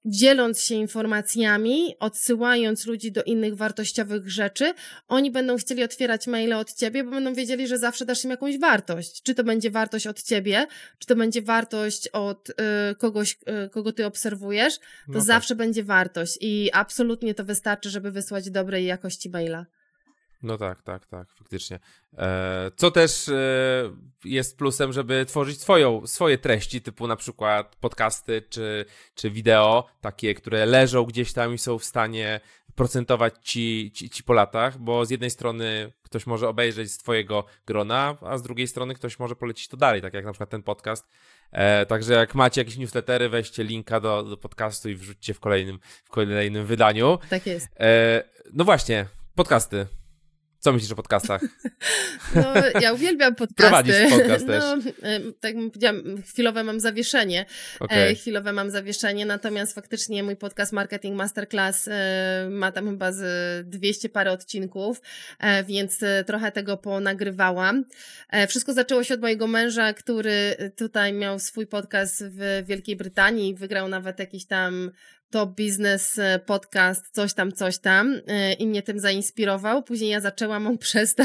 dzieląc się informacjami, odsyłając ludzi do innych wartościowych rzeczy, oni będą chcieli otwierać maile od ciebie, bo będą wiedzieli, że zawsze dasz im jakąś wartość. Czy to będzie wartość od ciebie, czy to będzie wartość od y, kogoś, y, kogo ty obserwujesz, to No tak. zawsze będzie wartość i absolutnie to wystarczy, żeby wysłać dobrej jakości maila. No tak, tak, tak, faktycznie. E, co też e, jest plusem, żeby tworzyć swoją, swoje treści, typu na przykład podcasty czy, czy wideo, takie, które leżą gdzieś tam i są w stanie procentować ci, ci, ci po latach, bo z jednej strony ktoś może obejrzeć z twojego grona, a z drugiej strony ktoś może polecić to dalej, tak jak na przykład ten podcast. E, także jak macie jakieś newslettery, weźcie linka do, do podcastu i wrzućcie w kolejnym, w kolejnym wydaniu. Tak jest. E, no właśnie, podcasty. Co myślisz o podcastach? No, ja uwielbiam podcasty. Prowadzisz podcast też. No, tak jak powiedziałam, chwilowe mam zawieszenie. Okay. Chwilowe mam zawieszenie, natomiast faktycznie mój podcast Marketing Masterclass ma tam chyba z dwieście parę odcinków, więc trochę tego ponagrywałam. Wszystko zaczęło się od mojego męża, który tutaj miał swój podcast w Wielkiej Brytanii, wygrał nawet jakiś tam Top Business Podcast, coś tam, coś tam i mnie tym zainspirował. Później ja zaczęłam, on przestał.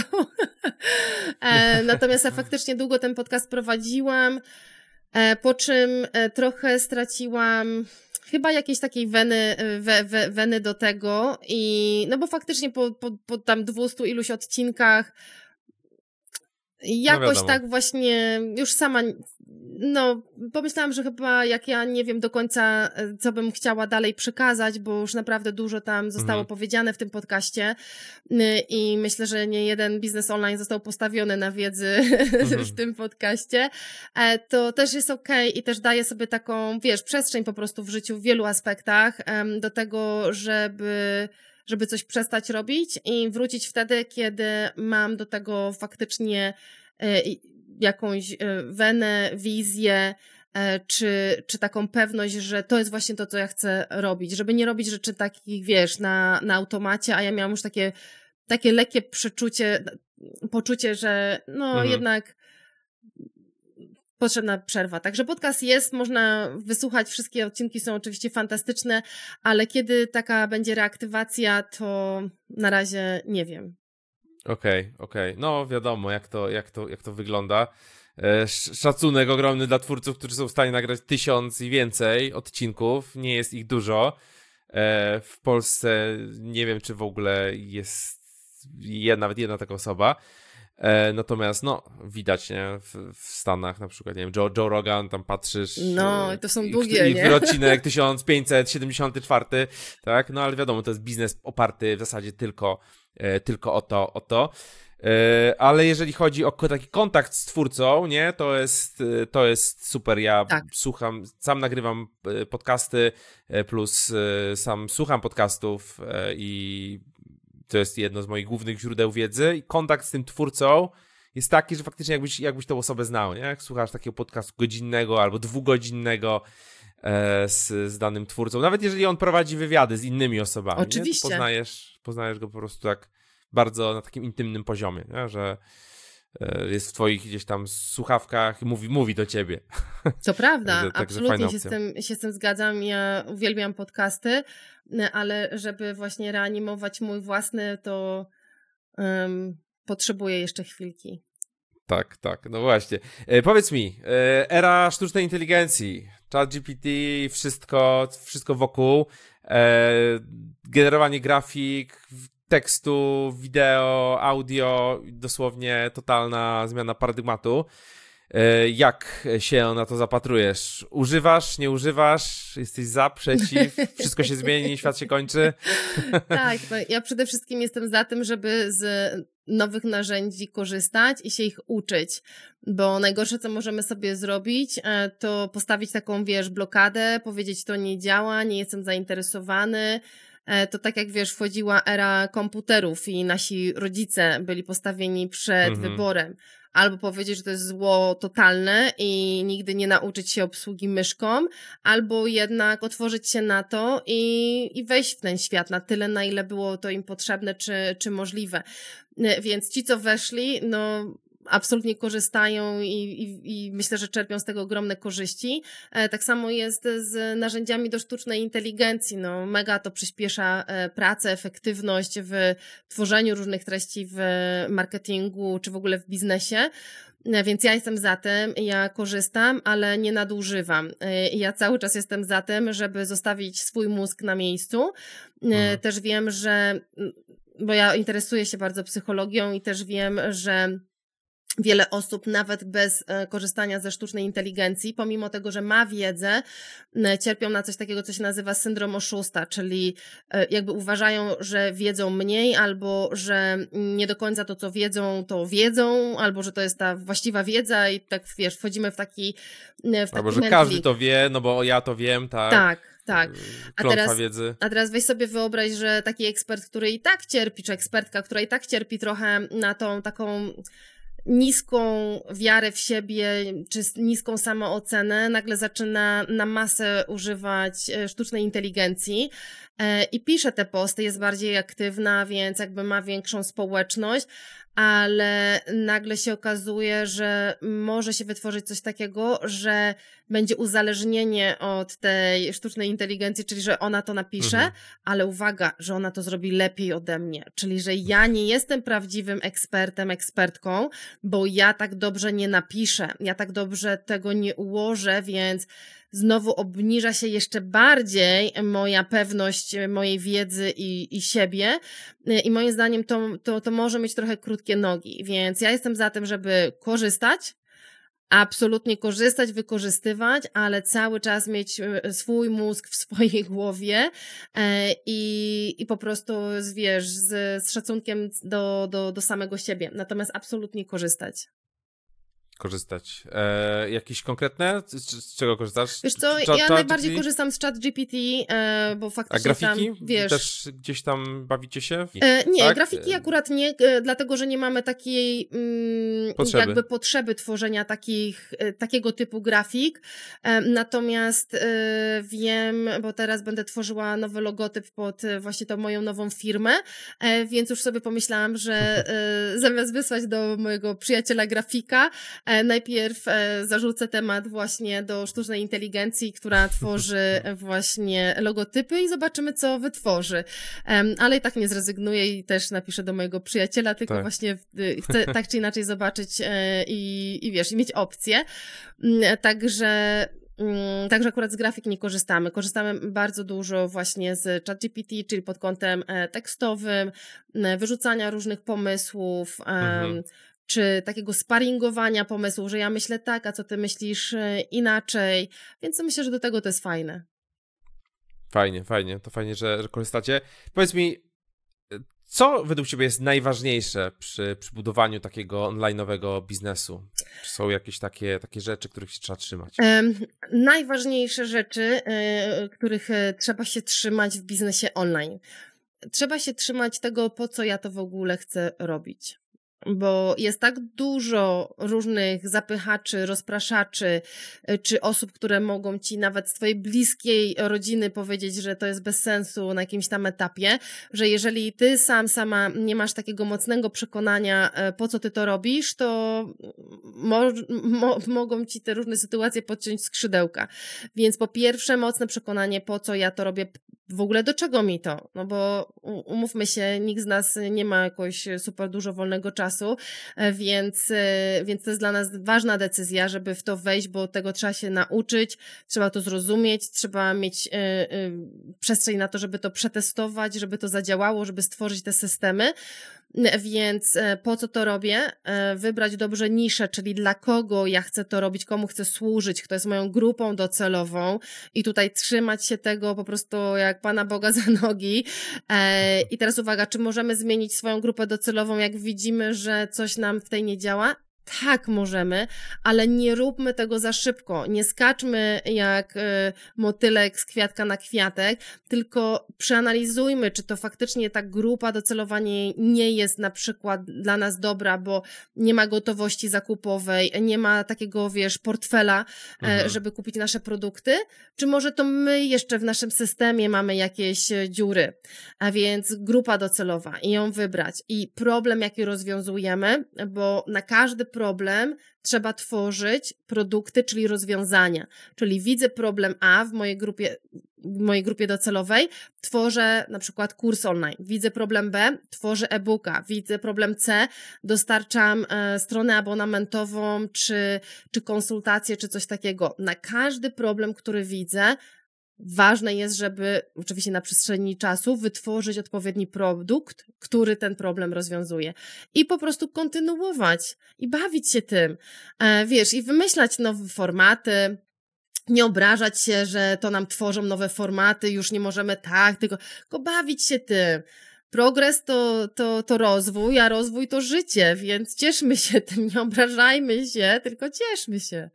Natomiast ja faktycznie długo ten podcast prowadziłam, po czym trochę straciłam chyba jakiejś takiej weny, we, we, weny do tego i no bo faktycznie po, po, po tam dwustu iluś odcinkach jakoś no tak właśnie już sama, no pomyślałam, że chyba jak ja nie wiem do końca, co bym chciała dalej przekazać, bo już naprawdę dużo tam zostało mhm. powiedziane w tym podcaście i myślę, że nie jeden biznes online został postawiony na wiedzy mhm. w tym podcaście, to też jest okej okay i też daje sobie taką, wiesz, przestrzeń po prostu w życiu w wielu aspektach do tego, żeby żeby coś przestać robić i wrócić wtedy, kiedy mam do tego faktycznie y, jakąś y, wenę, wizję, y, czy, czy taką pewność, że to jest właśnie to, co ja chcę robić. Żeby nie robić rzeczy takich, wiesz, na, na automacie, a ja miałam już takie, takie lekkie przeczucie, poczucie, że no mhm. jednak potrzebna przerwa. Także podcast jest, można wysłuchać, wszystkie odcinki są oczywiście fantastyczne, ale kiedy taka będzie reaktywacja, to na razie nie wiem. Okej, okay, okej. Okay. No wiadomo, jak to, jak to, jak to wygląda. E, szacunek ogromny dla twórców, którzy są w stanie nagrać tysiąc i więcej odcinków. Nie jest ich dużo. E, w Polsce nie wiem, czy w ogóle jest jedna, nawet jedna taka osoba. E, natomiast no widać, nie, w, w Stanach na przykład, nie wiem, Joe, Joe Rogan, tam patrzysz. No, i to są długie, i, nie? I odcinek tysiąc pięćset siedemdziesiąty czwarty, tak, no ale wiadomo, to jest biznes oparty w zasadzie tylko, e, tylko o to, o to. E, ale jeżeli chodzi o taki kontakt z twórcą, nie, to jest, to jest super, ja tak. słucham, sam nagrywam podcasty, plus sam słucham podcastów e, i to jest jedno z moich głównych źródeł wiedzy i kontakt z tym twórcą jest taki, że faktycznie jakbyś, jakbyś tą osobę znał, nie? Jak słuchasz takiego podcastu godzinnego albo dwugodzinnego e, z, z danym twórcą, nawet jeżeli on prowadzi wywiady z innymi osobami, oczywiście. Nie? To poznajesz, poznajesz go po prostu tak bardzo na takim intymnym poziomie, nie? Że e, jest w twoich gdzieś tam słuchawkach i mówi, mówi do ciebie. Co prawda, także, także absolutnie się z, tym, się z tym zgadzam. Ja uwielbiam podcasty, ale żeby właśnie reanimować mój własny, to um, potrzebuję jeszcze chwilki. Tak, tak, no właśnie. E, powiedz mi, e, era sztucznej inteligencji, ChatGPT, wszystko, wszystko wokół, e, generowanie grafik, tekstu, wideo, audio, dosłownie totalna zmiana paradygmatu. Jak się na to zapatrujesz? Używasz, nie używasz? Jesteś za, przeciw? Wszystko się zmieni, świat się kończy? Tak, no ja przede wszystkim jestem za tym, żeby z nowych narzędzi korzystać i się ich uczyć, bo najgorsze, co możemy sobie zrobić, to postawić taką, wiesz, blokadę, powiedzieć, to nie działa, nie jestem zainteresowany. To tak jak wiesz, wchodziła era komputerów i nasi rodzice byli postawieni przed mhm. wyborem. Albo powiedzieć, że to jest zło totalne i nigdy nie nauczyć się obsługi myszką, albo jednak otworzyć się na to i, i wejść w ten świat na tyle, na ile było to im potrzebne czy, czy możliwe. Więc ci, co weszli, no absolutnie korzystają i, i, i myślę, że czerpią z tego ogromne korzyści. Tak samo jest z narzędziami do sztucznej inteligencji. No, mega to przyspiesza pracę, efektywność w tworzeniu różnych treści w marketingu czy w ogóle w biznesie. Więc ja jestem za tym, ja korzystam, ale nie nadużywam. Ja cały czas jestem za tym, żeby zostawić swój mózg na miejscu. Mhm. Też wiem, że, bo ja interesuję się bardzo psychologią i też wiem, że wiele osób nawet bez korzystania ze sztucznej inteligencji, pomimo tego, że ma wiedzę, cierpią na coś takiego, co się nazywa syndrom oszusta, czyli jakby uważają, że wiedzą mniej, albo że nie do końca to, co wiedzą, to wiedzą, albo że to jest ta właściwa wiedza i tak, wiesz, wchodzimy w taki w taki albo, że każdy to wie, no bo ja to wiem, tak. Tak. Tak, a teraz, wiedzy. a teraz weź sobie wyobraź, że taki ekspert, który i tak cierpi, czy ekspertka, która i tak cierpi trochę na tą taką niską wiarę w siebie, czy niską samoocenę, nagle zaczyna na masę używać sztucznej inteligencji i pisze te posty, jest bardziej aktywna, więc jakby ma większą społeczność, ale nagle się okazuje, że może się wytworzyć coś takiego, że będzie uzależnienie od tej sztucznej inteligencji, czyli że ona to napisze, mhm. ale uwaga, że ona to zrobi lepiej ode mnie, czyli że ja nie jestem prawdziwym ekspertem, ekspertką, bo ja tak dobrze nie napiszę, ja tak dobrze tego nie ułożę, więc znowu obniża się jeszcze bardziej moja pewność mojej wiedzy i, i siebie i moim zdaniem to, to, to może mieć trochę krótkie nogi, więc ja jestem za tym, żeby korzystać, absolutnie korzystać, wykorzystywać, ale cały czas mieć swój mózg w swojej głowie i, i po prostu, wiesz, z, z szacunkiem do, do, do samego siebie, natomiast absolutnie korzystać. Korzystać. E, jakieś konkretne? Z, z czego korzystasz? Wiesz co, Chat, ja chat najbardziej G P T? korzystam z ChatGPT, e, bo faktycznie A grafiki? tam, wiesz... Też gdzieś tam bawicie się? E, nie, tak? grafiki akurat nie, e, dlatego, że nie mamy takiej mm, potrzeby. jakby potrzeby tworzenia takich, e, takiego typu grafik, e, natomiast e, wiem, bo teraz będę tworzyła nowy logotyp pod e, właśnie tą moją nową firmę, e, więc już sobie pomyślałam, że e, zamiast wysłać do mojego przyjaciela grafika, e, najpierw e, zarzucę temat właśnie do sztucznej inteligencji, która tworzy właśnie logotypy i zobaczymy, co wytworzy. E, ale i tak nie zrezygnuję i też napiszę do mojego przyjaciela, tylko tak. właśnie chcę tak czy inaczej zobaczyć e, i, i wiesz, i mieć opcję. Także Także akurat z grafik nie korzystamy. Korzystamy bardzo dużo właśnie z ChatGPT, czyli pod kątem tekstowym, wyrzucania różnych pomysłów, mhm. czy takiego sparingowania pomysłów, że ja myślę tak, a co ty myślisz inaczej, więc myślę, że do tego to jest fajne. Fajnie, fajnie, to fajnie, że, że korzystacie. Powiedz mi, co według ciebie jest najważniejsze przy, przy budowaniu takiego online'owego biznesu? Czy są jakieś takie, takie rzeczy, których się trzeba trzymać? Um, najważniejsze rzeczy, y, których trzeba się trzymać w biznesie online. Trzeba się trzymać tego, po co ja to w ogóle chcę robić. Bo jest tak dużo różnych zapychaczy, rozpraszaczy, czy osób, które mogą ci nawet z twojej bliskiej rodziny powiedzieć, że to jest bez sensu na jakimś tam etapie, że jeżeli ty sam, sama nie masz takiego mocnego przekonania, po co ty to robisz, to mo- mo- mogą ci te różne sytuacje podciąć skrzydełka. Więc po pierwsze mocne przekonanie, po co ja to robię, w ogóle do czego mi to? No bo umówmy się, nikt z nas nie ma jakoś super dużo wolnego czasu, więc, więc to jest dla nas ważna decyzja, żeby w to wejść, bo tego trzeba się nauczyć, trzeba to zrozumieć, trzeba mieć y, y, przestrzeń na to, żeby to przetestować, żeby to zadziałało, żeby stworzyć te systemy. Więc po co to robię? Wybrać dobrze niszę, czyli dla kogo ja chcę to robić, komu chcę służyć, kto jest moją grupą docelową i tutaj trzymać się tego po prostu jak Pana Boga za nogi. I teraz uwaga, czy możemy zmienić swoją grupę docelową, jak widzimy, że coś nam w tej nie działa? Tak, możemy, ale nie róbmy tego za szybko. Nie skaczmy jak y, motylek z kwiatka na kwiatek, tylko przeanalizujmy, czy to faktycznie ta grupa docelowa nie, nie jest na przykład dla nas dobra, bo nie ma gotowości zakupowej, nie ma takiego, wiesz, portfela, mhm. e, żeby kupić nasze produkty, czy może to my jeszcze w naszym systemie mamy jakieś dziury, a więc grupa docelowa i ją wybrać. I problem, jaki rozwiązujemy, bo na każdy problem trzeba tworzyć produkty, czyli rozwiązania. Czyli widzę problem A w mojej grupie, w mojej grupie docelowej, tworzę na przykład kurs online. Widzę problem B, tworzę e-booka. Widzę problem C, dostarczam e, stronę abonamentową, czy, czy konsultację, czy coś takiego. Na każdy problem, który widzę, ważne jest, żeby oczywiście na przestrzeni czasu wytworzyć odpowiedni produkt, który ten problem rozwiązuje. I po prostu kontynuować i bawić się tym. E, wiesz, i wymyślać nowe formaty, nie obrażać się, że to nam tworzą nowe formaty, już nie możemy tak, tylko, tylko bawić się tym. Progres to, to, to rozwój, a rozwój to życie, więc cieszmy się tym, nie obrażajmy się, tylko cieszmy się.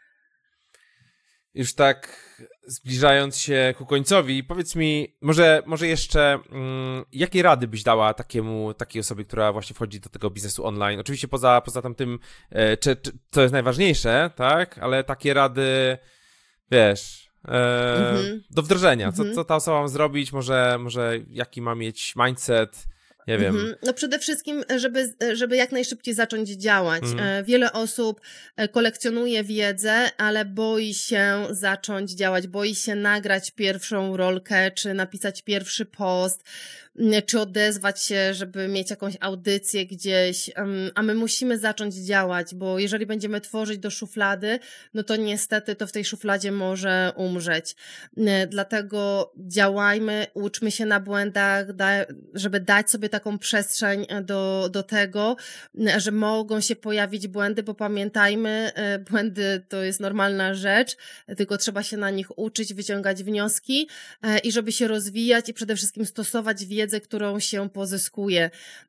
Już tak zbliżając się ku końcowi, powiedz mi, może, może jeszcze, mm, jakie rady byś dała takiemu, takiej osobie, która właśnie wchodzi do tego biznesu online? Oczywiście poza, poza tamtym, e, czy, czy, co jest najważniejsze, tak? Ale takie rady, wiesz, e, mhm. do wdrożenia. Co, mhm. co ta osoba ma zrobić? Może, może jaki ma mieć mindset? Nie wiem. Mhm. No przede wszystkim, żeby, żeby jak najszybciej zacząć działać. Mhm. Wiele osób kolekcjonuje wiedzę, ale boi się zacząć działać, boi się nagrać pierwszą rolkę, czy napisać pierwszy post, czy odezwać się, żeby mieć jakąś audycję gdzieś, a my musimy zacząć działać, bo jeżeli będziemy tworzyć do szuflady, no to niestety to w tej szufladzie może umrzeć. Dlatego działajmy, uczmy się na błędach, żeby dać sobie taką przestrzeń do, do tego, że mogą się pojawić błędy, bo pamiętajmy, błędy to jest normalna rzecz, tylko trzeba się na nich uczyć, wyciągać wnioski i żeby się rozwijać i przede wszystkim stosować wiedzę, którą się pozyskuje.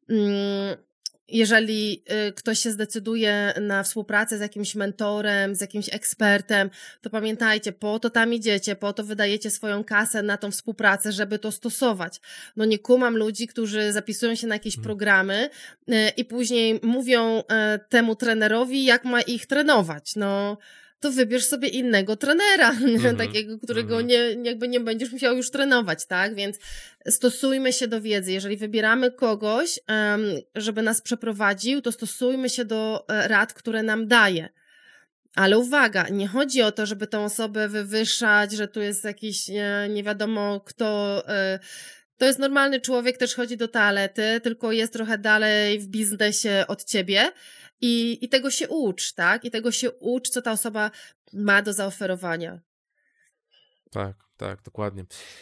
Jeżeli ktoś się zdecyduje na współpracę z jakimś mentorem, z jakimś ekspertem, to pamiętajcie, po to tam idziecie, po to wydajecie swoją kasę na tą współpracę, żeby to stosować. No nie kumam ludzi, którzy zapisują się na jakieś hmm. programy i później mówią temu trenerowi, jak ma ich trenować. No to wybierz sobie innego trenera, mm-hmm. takiego, którego mm-hmm. nie, jakby nie będziesz musiał już trenować, tak? Więc stosujmy się do wiedzy. Jeżeli wybieramy kogoś, um, żeby nas przeprowadził, to stosujmy się do rad, które nam daje. Ale uwaga, nie chodzi o to, żeby tą osobę wywyższać, że tu jest jakiś nie, nie wiadomo kto... Y, to jest normalny człowiek, też chodzi do toalety, tylko jest trochę dalej w biznesie od ciebie. I, I tego się ucz, tak? I tego się ucz, co ta osoba ma do zaoferowania. Tak, tak, dokładnie.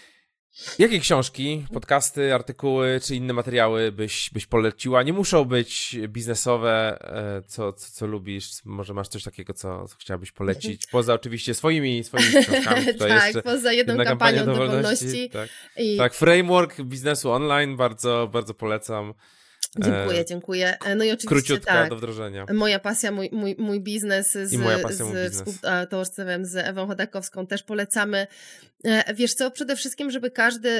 Jakie książki, podcasty, artykuły czy inne materiały byś, byś poleciła? Nie muszą być biznesowe, co, co, co lubisz. Może masz coś takiego, co, co chciałabyś polecić? Poza oczywiście swoimi, swoimi książkami. Tak, jeszcze poza jedną kampanią do wolności. wolności. Tak. I... tak, framework biznesu online, bardzo, bardzo polecam. Dziękuję, dziękuję. No i oczywiście króciutka tak, do wdrożenia. Moja pasja, mój, mój, mój biznes z, I moja pasja, z mój biznes. współautorstwem z Ewą Chodakowską też polecamy. Wiesz co, przede wszystkim, żeby każdy,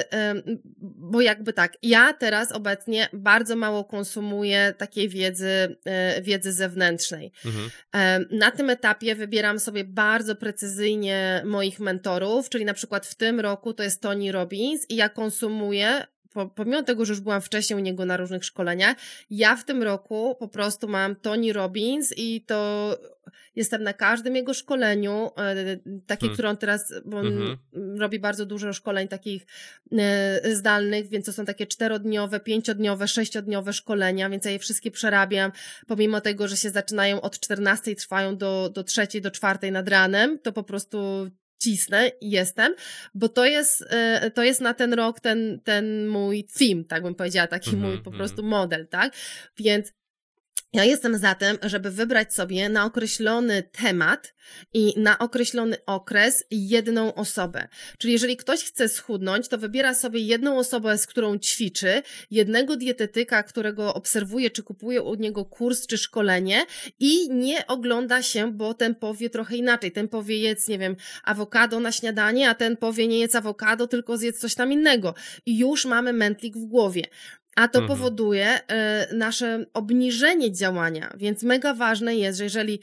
bo jakby tak, ja teraz obecnie bardzo mało konsumuję takiej wiedzy, wiedzy zewnętrznej. Mhm. Na tym etapie wybieram sobie bardzo precyzyjnie moich mentorów, czyli na przykład w tym roku to jest Tony Robbins i ja konsumuję, pomimo tego, że już byłam wcześniej u niego na różnych szkoleniach, ja w tym roku po prostu mam Tony Robbins i to jestem na każdym jego szkoleniu, takie, hmm. które on teraz, bo on mm-hmm. robi bardzo dużo szkoleń takich e, zdalnych, więc to są takie czterodniowe, pięciodniowe, sześciodniowe szkolenia, więc ja je wszystkie przerabiam, pomimo tego, że się zaczynają od czternastej, trwają do, do trzeciej, do czwartej nad ranem, to po prostu cisnę i jestem, bo to jest, to jest na ten rok ten, ten mój theme, tak bym powiedziała, taki mm-hmm, mój po prostu model, tak? Więc ja jestem za tym, żeby wybrać sobie na określony temat i na określony okres jedną osobę. Czyli jeżeli ktoś chce schudnąć, to wybiera sobie jedną osobę, z którą ćwiczy, jednego dietetyka, którego obserwuje, czy kupuje u niego kurs, czy szkolenie i nie ogląda się, bo ten powie trochę inaczej. Ten powie jedz, nie wiem, awokado na śniadanie, a ten powie nie jedz awokado, tylko zjedz coś tam innego. I już mamy mętlik w głowie. A to mhm. powoduje y, nasze obniżenie działania, więc mega ważne jest, że jeżeli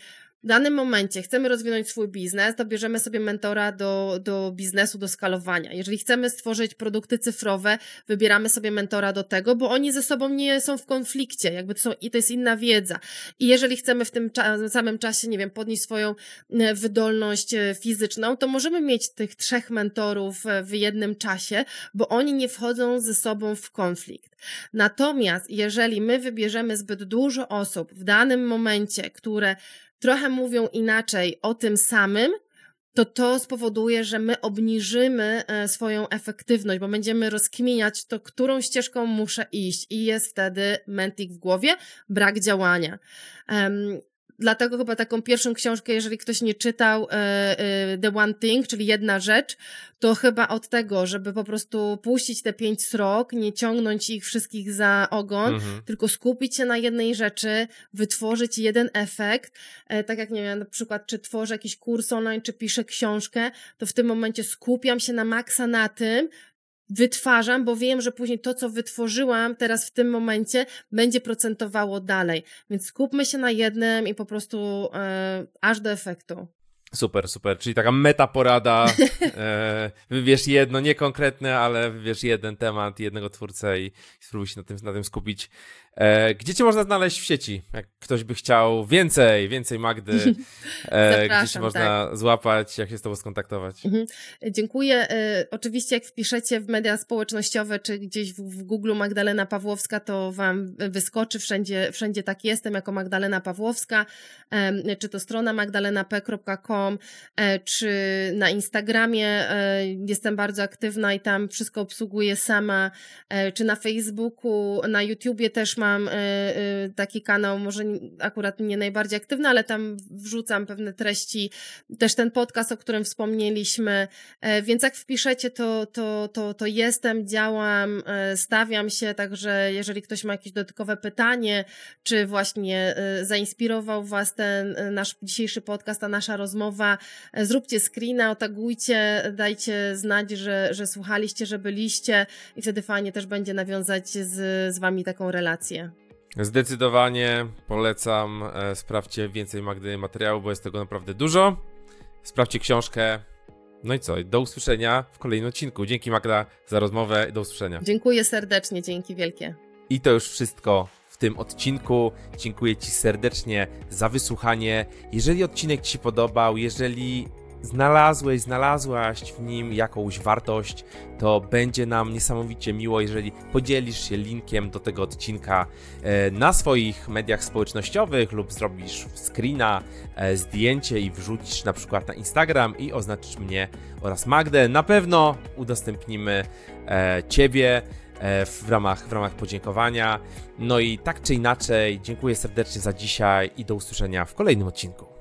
w danym momencie chcemy rozwinąć swój biznes, to bierzemy sobie mentora do, do biznesu, do skalowania. Jeżeli chcemy stworzyć produkty cyfrowe, wybieramy sobie mentora do tego, bo oni ze sobą nie są w konflikcie, jakby to są, i to jest inna wiedza. I jeżeli chcemy w tym cza- samym czasie, nie wiem, podnieść swoją wydolność fizyczną, to możemy mieć tych trzech mentorów w jednym czasie, bo oni nie wchodzą ze sobą w konflikt. Natomiast jeżeli my wybierzemy zbyt dużo osób w danym momencie, które trochę mówią inaczej o tym samym, to to spowoduje, że my obniżymy swoją efektywność, bo będziemy rozkminiać to, którą ścieżką muszę iść i jest wtedy mętlik w głowie, brak działania. Um, Dlatego chyba taką pierwszą książkę, jeżeli ktoś nie czytał, The One Thing, czyli jedna rzecz, to chyba od tego, żeby po prostu puścić te pięć srok, nie ciągnąć ich wszystkich za ogon, mhm. tylko skupić się na jednej rzeczy, wytworzyć jeden efekt. Tak jak, nie wiem, na przykład, czy tworzę jakiś kurs online, czy piszę książkę, to w tym momencie skupiam się na maksa na tym, wytwarzam, bo wiem, że później to, co wytworzyłam teraz w tym momencie, będzie procentowało dalej. Więc skupmy się na jednym i po prostu e, aż do efektu. Super, super. Czyli taka metaporada. E, wybierz jedno, nie konkretne, ale wybierz jeden temat, jednego twórcę i spróbuj się na tym, na tym skupić. E, gdzie cię można znaleźć w sieci? Jak ktoś by chciał więcej, więcej Magdy, e, gdzie cię można tak. złapać, jak się z tobą skontaktować? Mhm. Dziękuję. E, oczywiście jak wpiszecie w media społecznościowe, czy gdzieś w, w Google Magdalena Pawłowska, to wam wyskoczy, wszędzie, wszędzie tak jestem, jako Magdalena Pawłowska, e, czy to strona magdalena p kropka com, e, czy na Instagramie e, jestem bardzo aktywna i tam wszystko obsługuję sama, e, czy na Facebooku, na YouTubie też mam y, y, taki kanał, może akurat nie najbardziej aktywny, ale tam wrzucam pewne treści, też ten podcast, o którym wspomnieliśmy, e, więc jak wpiszecie, to, to, to, to jestem, działam, e, stawiam się, także jeżeli ktoś ma jakieś dodatkowe pytanie, czy właśnie e, zainspirował was ten e, nasz dzisiejszy podcast, a nasza rozmowa, e, zróbcie screena, otagujcie, dajcie znać, że, że słuchaliście, że byliście i wtedy fajnie też będzie nawiązać z, z wami taką relację. Zdecydowanie polecam, e, sprawdźcie więcej Magdy materiału, bo jest tego naprawdę dużo. Sprawdźcie książkę. No i co? Do usłyszenia w kolejnym odcinku. Dzięki Magda za rozmowę i do usłyszenia. Dziękuję serdecznie, dzięki wielkie. I to już wszystko w tym odcinku. Dziękuję ci serdecznie za wysłuchanie. Jeżeli odcinek ci się podobał, jeżeli znalazłeś, znalazłaś w nim jakąś wartość, to będzie nam niesamowicie miło, jeżeli podzielisz się linkiem do tego odcinka na swoich mediach społecznościowych lub zrobisz screena, zdjęcie i wrzucisz na przykład na Instagram i oznaczysz mnie oraz Magdę. Na pewno udostępnimy ciebie w ramach, w ramach podziękowania. No i tak czy inaczej, dziękuję serdecznie za dzisiaj i do usłyszenia w kolejnym odcinku.